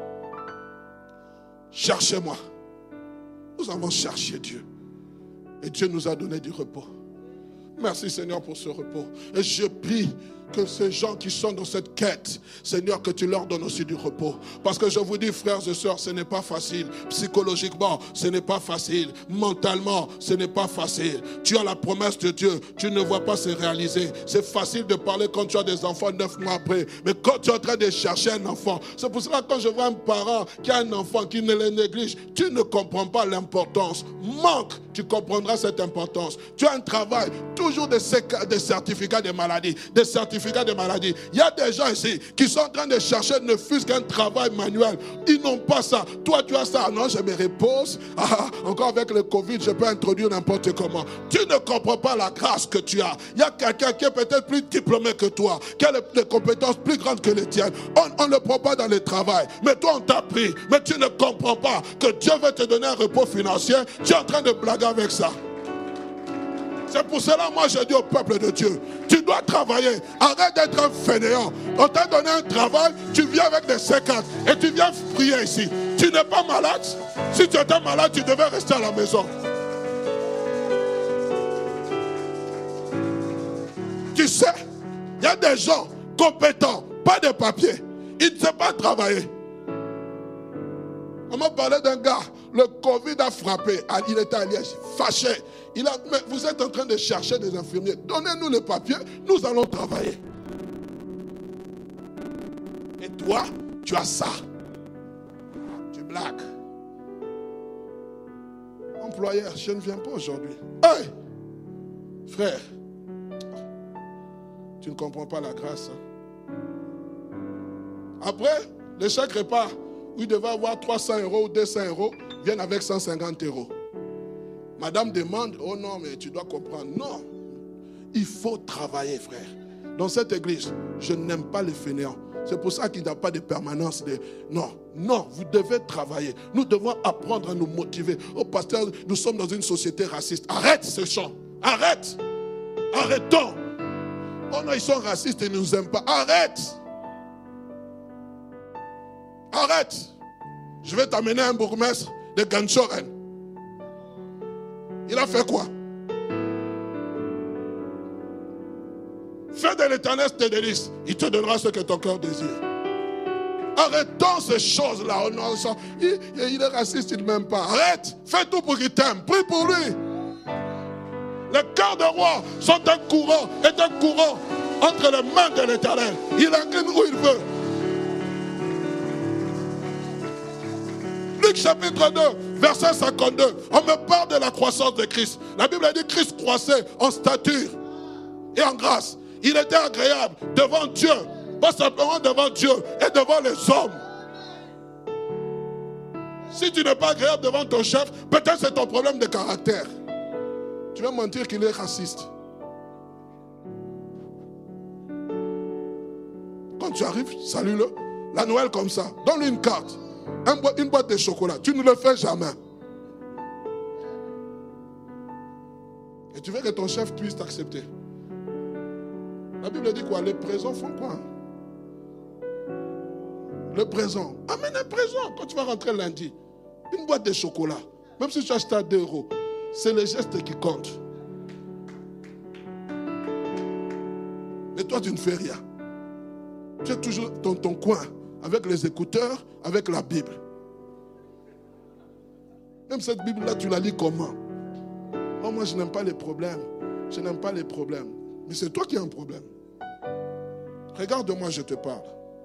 Cherchez-moi. Nous avons cherché Dieu. Et Dieu nous a donné du repos. Merci Seigneur pour ce repos. Et je prie que ces gens qui sont dans cette quête, Seigneur, que tu leur donnes aussi du repos. Parce que je vous dis, frères et sœurs, ce n'est pas facile. Psychologiquement, ce n'est pas facile. Mentalement, ce n'est pas facile. Tu as la promesse de Dieu, tu ne vois pas se réaliser. C'est facile de parler quand tu as des enfants neuf mois après. Mais quand tu es en train de chercher un enfant, c'est pour cela que quand je vois un parent qui a un enfant qui ne le néglige, tu ne comprends pas l'importance. Manque, tu comprendras cette importance. Tu as un travail, toujours des, des certificats de maladie, des certificats de maladie. Il y a des gens ici qui sont en train de chercher ne fût-ce qu'un travail manuel. Ils n'ont pas ça. Toi, tu as ça. Non, je me repose. Ah, encore avec le Covid, je peux introduire n'importe comment. Tu ne comprends pas la grâce que tu as. Il y a quelqu'un qui est peut-être plus diplômé que toi, qui a des compétences plus grandes que les tiennes. On ne le prend pas dans le travail. Mais toi, on t'a pris. Mais tu ne comprends pas que Dieu veut te donner un repos financier. Tu es en train de blaguer avec ça. C'est pour cela, moi, je dis au peuple de Dieu, tu dois travailler. Arrête d'être un fainéant. On t'a donné un travail, tu viens avec des cinquante et tu viens prier ici. Tu n'es pas malade. Si tu étais malade, tu devais rester à la maison. Tu sais, il y a des gens compétents, pas de papier. Ils ne savent pas travailler. On m'a parlé d'un gars, le Covid a frappé. Il était à Liège, fâché. Il a, mais vous êtes en train de chercher des infirmiers. Donnez-nous les papiers, nous allons travailler. Et toi, tu as ça. Tu blagues. Employeur, je ne viens pas aujourd'hui. Hey, frère, tu ne comprends pas la grâce. Hein? Après, le chaque repas, où il devait avoir trois cents euros ou deux cents euros, viennent avec cent cinquante euros. Madame demande, oh non, mais tu dois comprendre. Non, il faut travailler, frère. Dans cette église, je n'aime pas les fainéants. C'est pour ça qu'il n'y a pas de permanence. De... Non, non, vous devez travailler. Nous devons apprendre à nous motiver. Oh pasteur, nous sommes dans une société raciste. Arrête ce chant. Arrête. Arrêtons. Oh non, ils sont racistes et ils ne nous aiment pas. Arrête. Arrête. Je vais t'amener un bourgmestre de Ganchoren. Il a fait quoi? Fais de l'Éternel tes délices. Il te donnera ce que ton cœur désire. Arrêtons ces choses-là. Oh non, il, il est raciste, il ne m'aime pas. Arrête. Fais tout pour qu'il t'aime. Prie pour lui. Les cœurs de roi sont un courant, est un courant entre les mains de l'Éternel. Il incline où il veut. Luc chapitre deux, verset cinquante-deux. On me parle de la croissance de Christ. La Bible a dit que Christ croissait en stature et en grâce. Il était agréable devant Dieu. Pas simplement devant Dieu et devant les hommes. Si tu n'es pas agréable devant ton chef, peut-être c'est ton problème de caractère. Tu vas mentir qu'il est raciste. Quand tu arrives, salue-le. La Noël comme ça. Donne-lui une carte. Un bo- une boîte de chocolat. Tu ne le fais jamais. Et tu veux que ton chef puisse t'accepter. La Bible dit quoi? Les présents font quoi? Le présent. Amène un présent quand tu vas rentrer lundi. Une boîte de chocolat. Même si tu achètes à deux euros, c'est le geste qui compte. Mais toi, tu ne fais rien. Tu es toujours dans ton coin, avec les écouteurs, avec la Bible. Même cette Bible-là, tu la lis comment? Oh, moi, je n'aime pas les problèmes. Je n'aime pas les problèmes. Mais c'est toi qui as un problème. Regarde-moi, je te parle.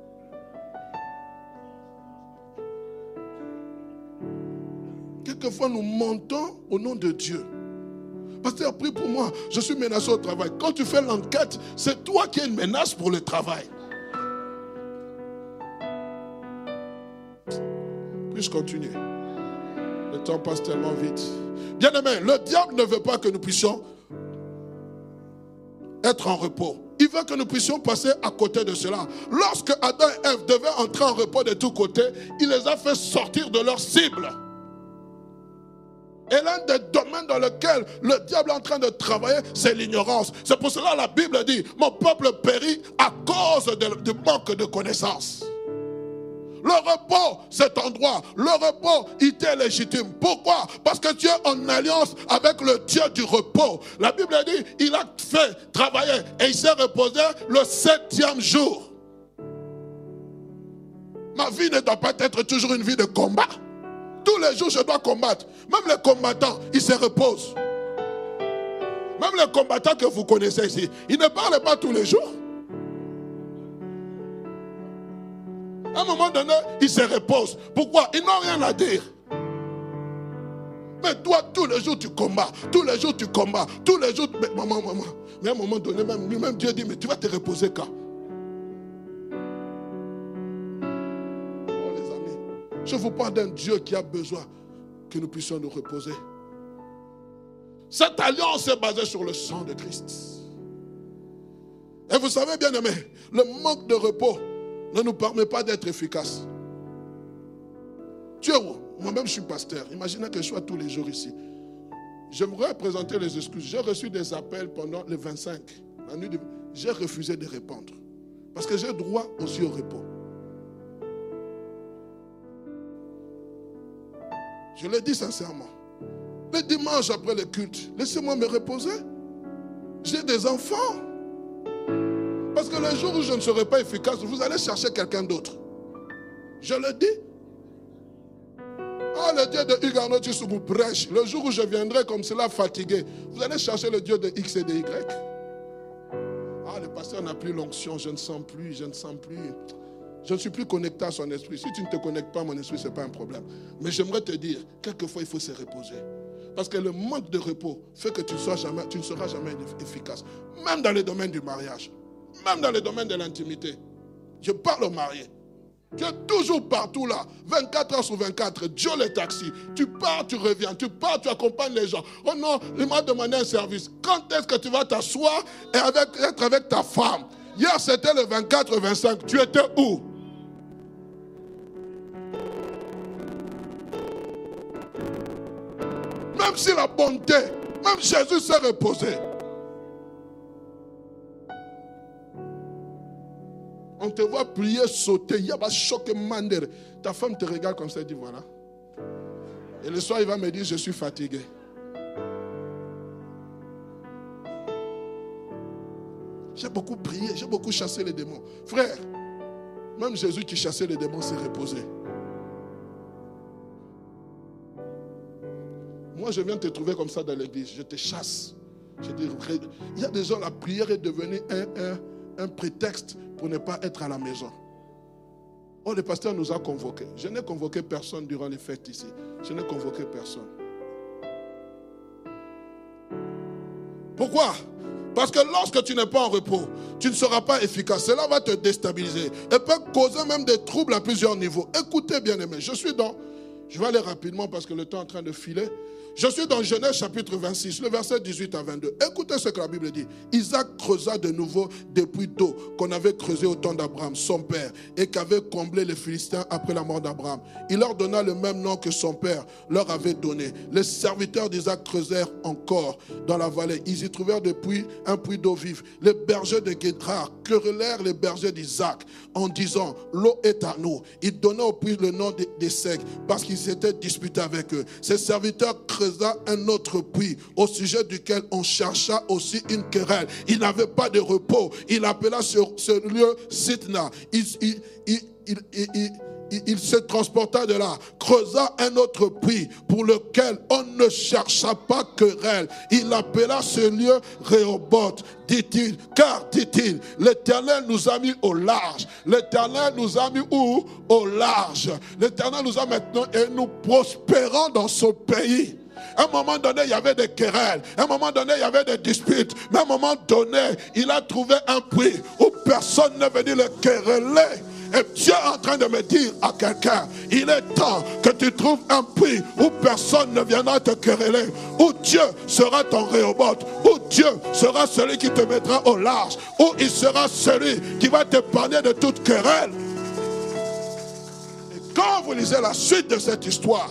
Quelquefois, nous mentons au nom de Dieu. Pasteur, prie pour moi, je suis menacé au travail. Quand tu fais l'enquête, c'est toi qui es une menace pour le travail. Puis-je continuer? Le temps passe tellement vite. Bien-aimé, le diable ne veut pas que nous puissions être en repos. Il veut que nous puissions passer à côté de cela. Lorsque Adam et Ève devaient entrer en repos de tous côtés, il les a fait sortir de leur cible. Et l'un des domaines dans lequel le diable est en train de travailler, c'est l'ignorance. C'est pour cela que la Bible dit, mon peuple périt à cause de, du manque de connaissance. Le repos, cet endroit, le repos, il était légitime. Pourquoi? Parce que tu es en alliance avec le Dieu du repos. La Bible dit, il a fait travailler et il s'est reposé le septième jour. Ma vie ne doit pas être toujours une vie de combat. Tous les jours, je dois combattre. Même les combattants, ils se reposent. Même les combattants que vous connaissez ici, ils ne parlent pas tous les jours. À un moment donné, ils se reposent. Pourquoi? Ils n'ont rien à dire. Mais toi, tous les jours, tu combats. Tous les jours, tu combats. Tous les jours, mais maman, maman. Mais à un moment donné, même lui-même, Dieu dit, mais tu vas te reposer quand? Oh les amis, je vous parle d'un Dieu qui a besoin que nous puissions nous reposer. Cette alliance est basée sur le sang de Christ. Et vous savez, bien aimé, le manque de repos ne nous permet pas d'être efficaces. Tu es où? Moi-même, je suis pasteur. Imaginez que je sois tous les jours ici. J'aimerais présenter les excuses. J'ai reçu des appels pendant le vingt-cinq. La nuit de... J'ai refusé de répondre. Parce que j'ai droit aussi au repos. Je le dis sincèrement. Le dimanche après le culte, laissez-moi me reposer. J'ai des enfants. Parce que le jour où je ne serai pas efficace, vous allez chercher quelqu'un d'autre. Je le dis. Ah, le Dieu de Hugues Arnaud vous prêche. Le jour où je viendrai comme cela fatigué, vous allez chercher le Dieu de X et de Y. Ah, le pasteur n'a plus l'onction, je ne sens plus, je ne sens plus. Je ne suis plus connecté à son esprit. Si tu ne te connectes pas à mon esprit, ce n'est pas un problème. Mais j'aimerais te dire, quelquefois, il faut se reposer. Parce que le manque de repos fait que tu ne seras jamais, tu ne seras jamais efficace. Même dans le domaine du mariage. Même dans le domaine de l'intimité. Je parle aux mariés. Tu es toujours partout là. vingt-quatre heures sur vingt-quatre. Dieu le taxi. Tu pars, tu reviens. Tu pars, tu accompagnes les gens. Oh non, il m'a demandé un service. Quand est-ce que tu vas t'asseoir et avec, être avec ta femme? Hier, c'était le vingt-quatre vingt-cinq. Tu étais où? Même si la bonté, même Jésus s'est reposé. On te voit prier, sauter. Ta femme te regarde comme ça et dit voilà. Et le soir, il va me dire je suis fatigué. J'ai beaucoup prié, j'ai beaucoup chassé les démons. Frère, même Jésus qui chassait les démons s'est reposé. Moi, je viens te trouver comme ça dans l'église. Je te chasse. Je dis, il y a des gens, la prière est devenue un, un, un prétexte pour ne pas être à la maison. Oh, le pasteur nous a convoqués. Je n'ai convoqué personne durant les fêtes ici. Je n'ai convoqué personne. Pourquoi? Parce que lorsque tu n'es pas en repos, tu ne seras pas efficace. Cela va te déstabiliser et peut causer même des troubles à plusieurs niveaux. Écoutez, bien-aimés, je suis dans... Je vais aller rapidement parce que le temps est en train de filer. Je suis dans Genèse chapitre vingt-six, le verset dix-huit à vingt-deux. Écoutez ce que la Bible dit. Isaac creusa de nouveau des puits d'eau qu'on avait creusés au temps d'Abraham, son père, et qu'avaient comblé les Philistins après la mort d'Abraham. Il leur donna le même nom que son père leur avait donné. Les serviteurs d'Isaac creusèrent encore dans la vallée. Ils y trouvèrent depuis un puits d'eau vive. Les bergers de Guédrar querellèrent les bergers d'Isaac en disant, l'eau est à nous. Ils donnaient au puits le nom d'Essek parce qu'ils il s'était disputé avec eux. Ses serviteurs creusa un autre puits au sujet duquel on chercha aussi une querelle. Il n'avait pas de repos. Il appela ce, ce lieu Sitna. Il, il, il, il, il, il Il, il se transporta de là, creusa un autre puits pour lequel on ne chercha pas querelle. Il appela ce lieu Rehoboth, dit-il, car, dit-il, l'Éternel nous a mis au large. L'Éternel nous a mis où? Au large. L'Éternel nous a maintenant et nous prospérons dans ce pays. À un moment donné, il y avait des querelles. À un moment donné, il y avait des disputes. Mais à un moment donné, il a trouvé un puits où personne n'est venu le quereller. Et Dieu est en train de me dire à quelqu'un, il est temps que tu trouves un puits où personne ne viendra te quereller, où Dieu sera ton Rehoboth, où Dieu sera celui qui te mettra au large, où il sera celui qui va t'épargner de toute querelle. Et quand vous lisez la suite de cette histoire,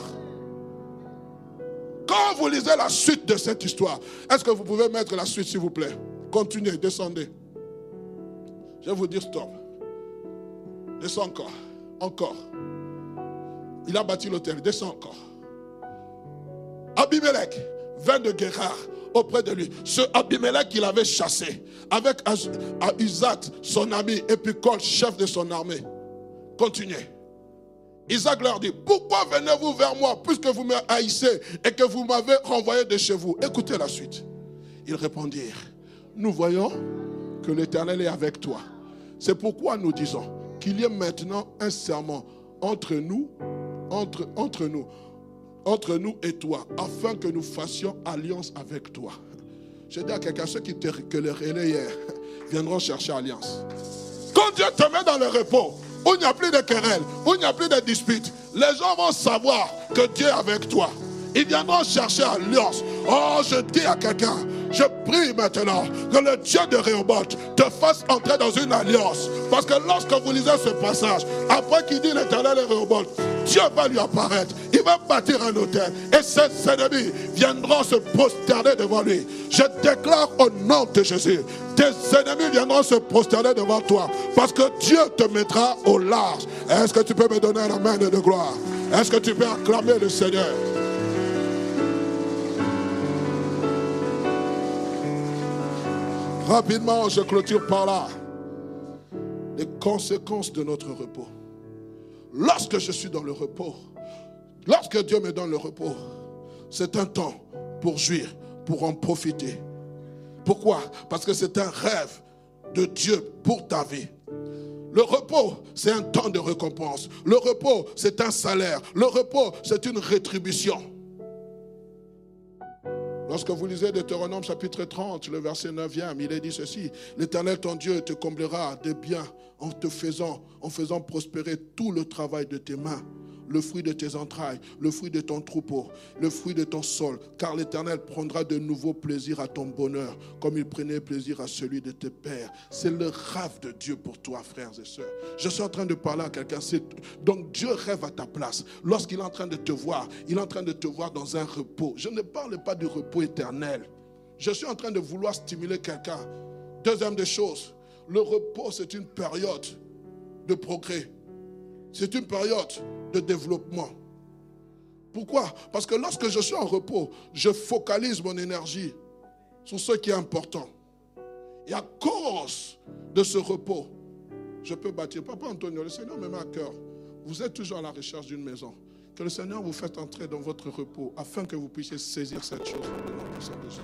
quand vous lisez la suite de cette histoire, est-ce que vous pouvez mettre la suite s'il vous plaît? Continuez, descendez. Je vais vous dire stop. Descends encore. Encore. Il a bâti l'autel. Descends encore. Abimelech vint de Guérar auprès de lui. Ce Abimelech qu'il avait chassé avec Isaac, son ami, et puis Col, chef de son armée. Continuez. Isaac leur dit, pourquoi venez-vous vers moi puisque vous me haïssez et que vous m'avez renvoyé de chez vous? Écoutez la suite. Ils répondirent, nous voyons que l'Éternel est avec toi. C'est pourquoi nous disons qu'il y ait maintenant un serment entre nous, entre, entre nous, entre nous et toi, afin que nous fassions alliance avec toi. Je dis à quelqu'un, ceux qui te querelaient hier viendront chercher alliance. Quand Dieu te met dans le repos, où il n'y a plus de querelles, où il n'y a plus de disputes, les gens vont savoir que Dieu est avec toi. Ils viendront chercher alliance. Oh, je dis à quelqu'un, je prie maintenant que le Dieu de Rehoboth te fasse entrer dans une alliance. Parce que lorsque vous lisez ce passage, après qu'il dit l'Éternel est Rehoboth, Dieu va lui apparaître. Il va bâtir un autel. Et ses ennemis viendront se prosterner devant lui. Je déclare au nom de Jésus, tes ennemis viendront se prosterner devant toi. Parce que Dieu te mettra au large. Est-ce que tu peux me donner un amen de gloire? Est-ce que tu peux acclamer le Seigneur? Rapidement, je clôture par là. Les conséquences de notre repos. Lorsque je suis dans le repos, lorsque Dieu me donne le repos, c'est un temps pour jouir, pour en profiter. Pourquoi? Parce que c'est un rêve de Dieu pour ta vie. Le repos, c'est un temps de récompense. Le repos, c'est un salaire. Le repos, c'est une rétribution. Lorsque vous lisez Deutéronome chapitre trente, le verset neuvième, il est dit ceci. L'Éternel ton Dieu te comblera de biens en te faisant, en faisant prospérer tout le travail de tes mains, le fruit de tes entrailles, le fruit de ton troupeau, le fruit de ton sol, car l'Éternel prendra de nouveau plaisir à ton bonheur, comme il prenait plaisir à celui de tes pères. C'est le rêve de Dieu pour toi, frères et sœurs. Je suis en train de parler à quelqu'un. Donc Dieu rêve à ta place. Lorsqu'il est en train de te voir, il est en train de te voir dans un repos. Je ne parle pas du repos éternel. Je suis en train de vouloir stimuler quelqu'un. Deuxième des choses, le repos, c'est une période de progrès. C'est une période de développement. Pourquoi? Parce que lorsque je suis en repos, je focalise mon énergie sur ce qui est important. Et à cause de ce repos, je peux bâtir. Papa Antonio, le Seigneur me met à cœur. Vous êtes toujours à la recherche d'une maison. Que le Seigneur vous fasse entrer dans votre repos afin que vous puissiez saisir cette chose dans le nom puissant de Jésus.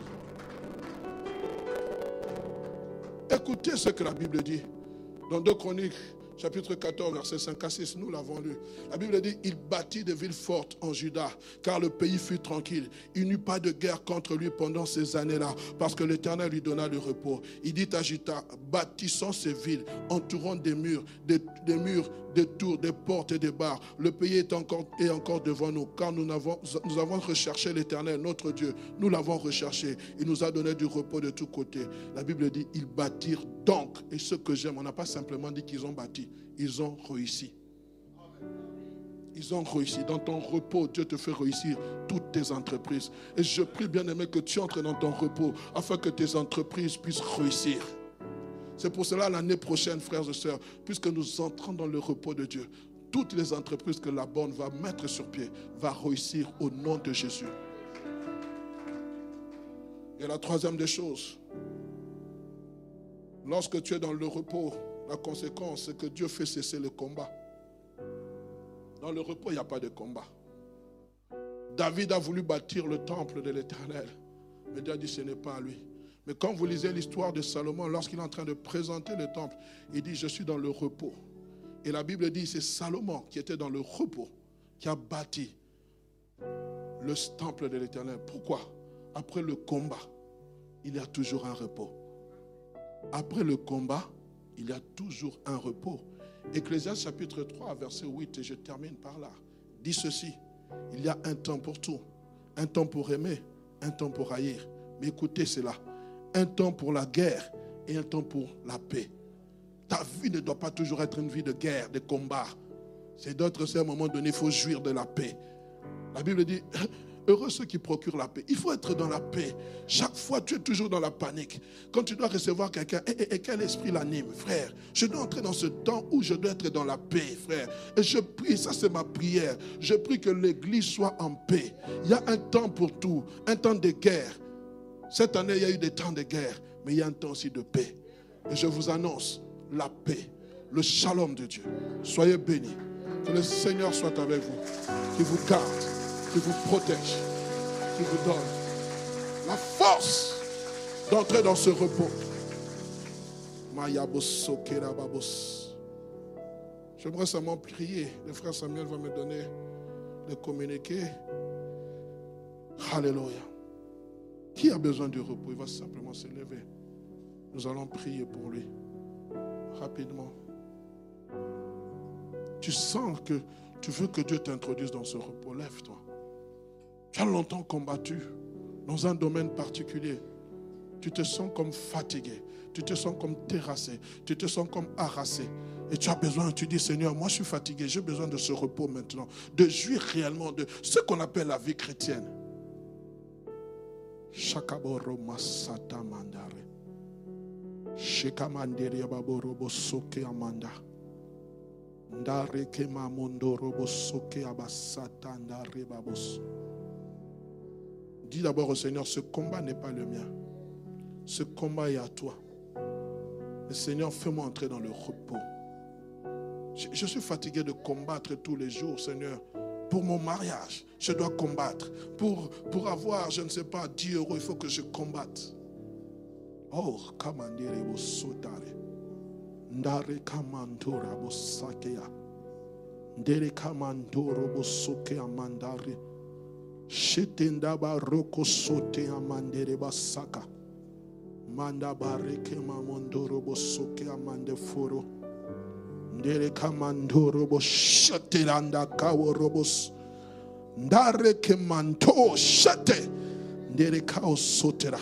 Écoutez ce que la Bible dit dans deux Chroniques, chapitre quatorze, verset cinq à six, nous l'avons lu. La Bible dit, il bâtit des villes fortes en Juda, car le pays fut tranquille. Il n'y eut pas de guerre contre lui pendant ces années-là, parce que l'Éternel lui donna le repos. Il dit à Juda, bâtissons ces villes, entourant des murs, des, des murs, des tours, des portes et des barres. Le pays est encore, est encore devant nous, car nous avons, nous avons recherché l'Éternel, notre Dieu. Nous l'avons recherché. Il nous a donné du repos de tous côtés. La Bible dit, ils bâtirent donc. Et ce que j'aime, on n'a pas simplement dit qu'ils ont bâti. Ils ont réussi. Ils ont réussi. Dans ton repos, Dieu te fait réussir toutes tes entreprises. Et je prie, bien-aimé, que tu entres dans ton repos afin que tes entreprises puissent réussir. C'est pour cela, l'année prochaine, frères et sœurs, puisque nous entrons dans le repos de Dieu, toutes les entreprises que la bonne va mettre sur pied va réussir au nom de Jésus. Et la troisième des choses, lorsque tu es dans le repos, la conséquence, c'est que Dieu fait cesser le combat. Dans le repos, il n'y a pas de combat. David a voulu bâtir le temple de l'Éternel, mais Dieu a dit ce n'est pas à lui. Mais quand vous lisez l'histoire de Salomon, lorsqu'il est en train de présenter le temple, il dit je suis dans le repos. Et la Bible dit c'est Salomon qui était dans le repos, qui a bâti le temple de l'Éternel. Pourquoi? Après le combat, il y a toujours un repos. Après le combat, il y a toujours un repos. Ecclésiaste chapitre trois, verset huit, et je termine par là, dit ceci: il y a un temps pour tout, un temps pour aimer, un temps pour haïr. Mais écoutez cela, un temps pour la guerre et un temps pour la paix. Ta vie ne doit pas toujours être une vie de guerre, de combat. C'est d'autres, c'est à un moment donné, il faut jouir de la paix. La Bible dit, heureux ceux qui procurent la paix. Il faut être dans la paix. Chaque fois, tu es toujours dans la panique. Quand tu dois recevoir quelqu'un, et, et, et quel esprit l'anime, frère? Je dois entrer dans ce temps où je dois être dans la paix, frère. Et je prie, ça c'est ma prière. Je prie que l'église soit en paix. Il y a un temps pour tout, un temps de guerre. Cette année, il y a eu des temps de guerre, mais il y a un temps aussi de paix. Et je vous annonce la paix, le shalom de Dieu. Soyez bénis. Que le Seigneur soit avec vous, qu'il vous garde, qu'il vous protège, qu'il vous donne la force d'entrer dans ce repos. J'aimerais seulement prier. Le frère Samuel va me donner le communiqué. Alléluia. Qui a besoin du repos? Il va simplement se lever. Nous allons prier pour lui. Rapidement. Tu sens que tu veux que Dieu t'introduise dans ce repos. Lève-toi. Tu as longtemps combattu dans un domaine particulier. Tu te sens comme fatigué. Tu te sens comme terrassé. Tu te sens comme harassé. Et tu as besoin, tu dis Seigneur, moi je suis fatigué. J'ai besoin de ce repos maintenant. De jouir réellement de ce qu'on appelle la vie chrétienne. Shakaboro masata mandare. Shekamandere baboro bosoke amanda. Ndare kema mondoro bosoke abasata ndare babos. Dis d'abord au Seigneur, ce combat n'est pas le mien. Ce combat est à toi. Mais Seigneur, fais-moi entrer dans le repos. Je, je suis fatigué de combattre tous les jours, Seigneur. Pour mon mariage, je dois combattre. Pour, pour avoir, je ne sais pas, dix euros, il faut que je combatte. Oh, kamandere bosotare. Ndare kamandora bosakea. Ndere kamandoro bosoke amandare. Shetenda baroko sote amandere basaka. Manda bareke mamondoro bosoke amande foro. Ndere kamandoro boshetelanda kawo robos. Ndare kemanto shete. Ndere kao sotera.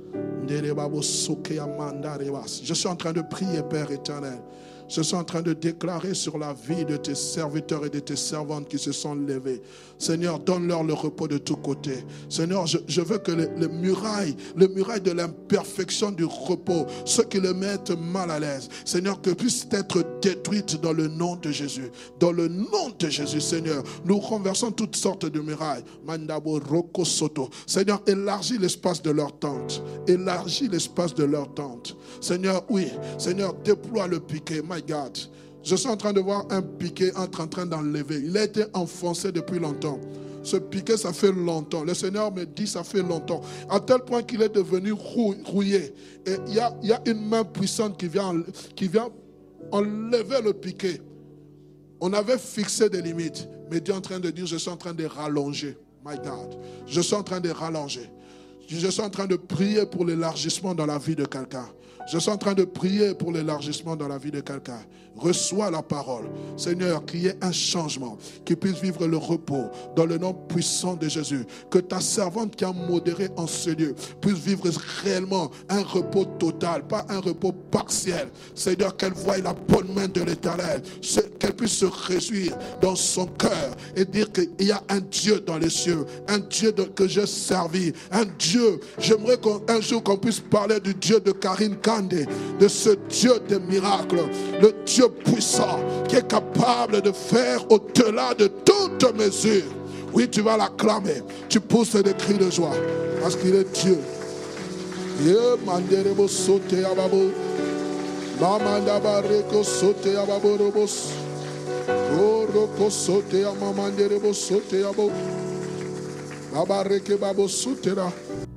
Je suis en train de prier, Père éternel. Je suis en train de déclarer sur la vie de tes serviteurs et de tes servantes qui se sont levés. Seigneur, donne-leur le repos de tous côtés. Seigneur, je, je veux que les, les murailles, les murailles de l'imperfection du repos, ceux qui le mettent mal à l'aise, Seigneur, que puissent être détruites dans le nom de Jésus. Dans le nom de Jésus, Seigneur, nous renversons toutes sortes de murailles. Mandabo Roko Soto. Seigneur, élargis l'espace de leur tente. Élargis l'espace de leur tente. Seigneur, oui. Seigneur, déploie le piquet. My God. Je suis en train de voir un piquet entre en train d'enlever. Il a été enfoncé depuis longtemps. Ce piquet, ça fait longtemps. Le Seigneur me dit, ça fait longtemps. À tel point qu'il est devenu rouillé. Et il y a, il y a une main puissante qui vient, qui vient enlever le piquet. On avait fixé des limites. Mais Dieu est en train de dire, je suis en train de rallonger. My God. Je suis en train de rallonger. Je suis en train de prier pour l'élargissement dans la vie de quelqu'un. Je suis en train de prier pour l'élargissement dans la vie de quelqu'un. Reçois la parole. Seigneur, qu'il y ait un changement, qu'il puisse vivre le repos dans le nom puissant de Jésus. Que ta servante qui a modéré en ce lieu puisse vivre réellement un repos total, pas un repos partiel. Seigneur, qu'elle voie la bonne main de l'Éternel, qu'elle puisse se réjouir dans son cœur et dire qu'il y a un Dieu dans les cieux, un Dieu que j'ai servi, un Dieu. J'aimerais qu'un jour qu'on puisse parler du Dieu de Karine Kande, de ce Dieu des miracles, le Dieu puissant qui est capable capable de faire au-delà de toute mesure. Oui, tu vas l'acclamer. Tu pousses des cris de joie. Parce qu'il est Dieu. Ye manderebo sote ababo. Mamanda bareko sote ababo robos. Oroko sote amamanderebo sote abo. Babareke babo sutera.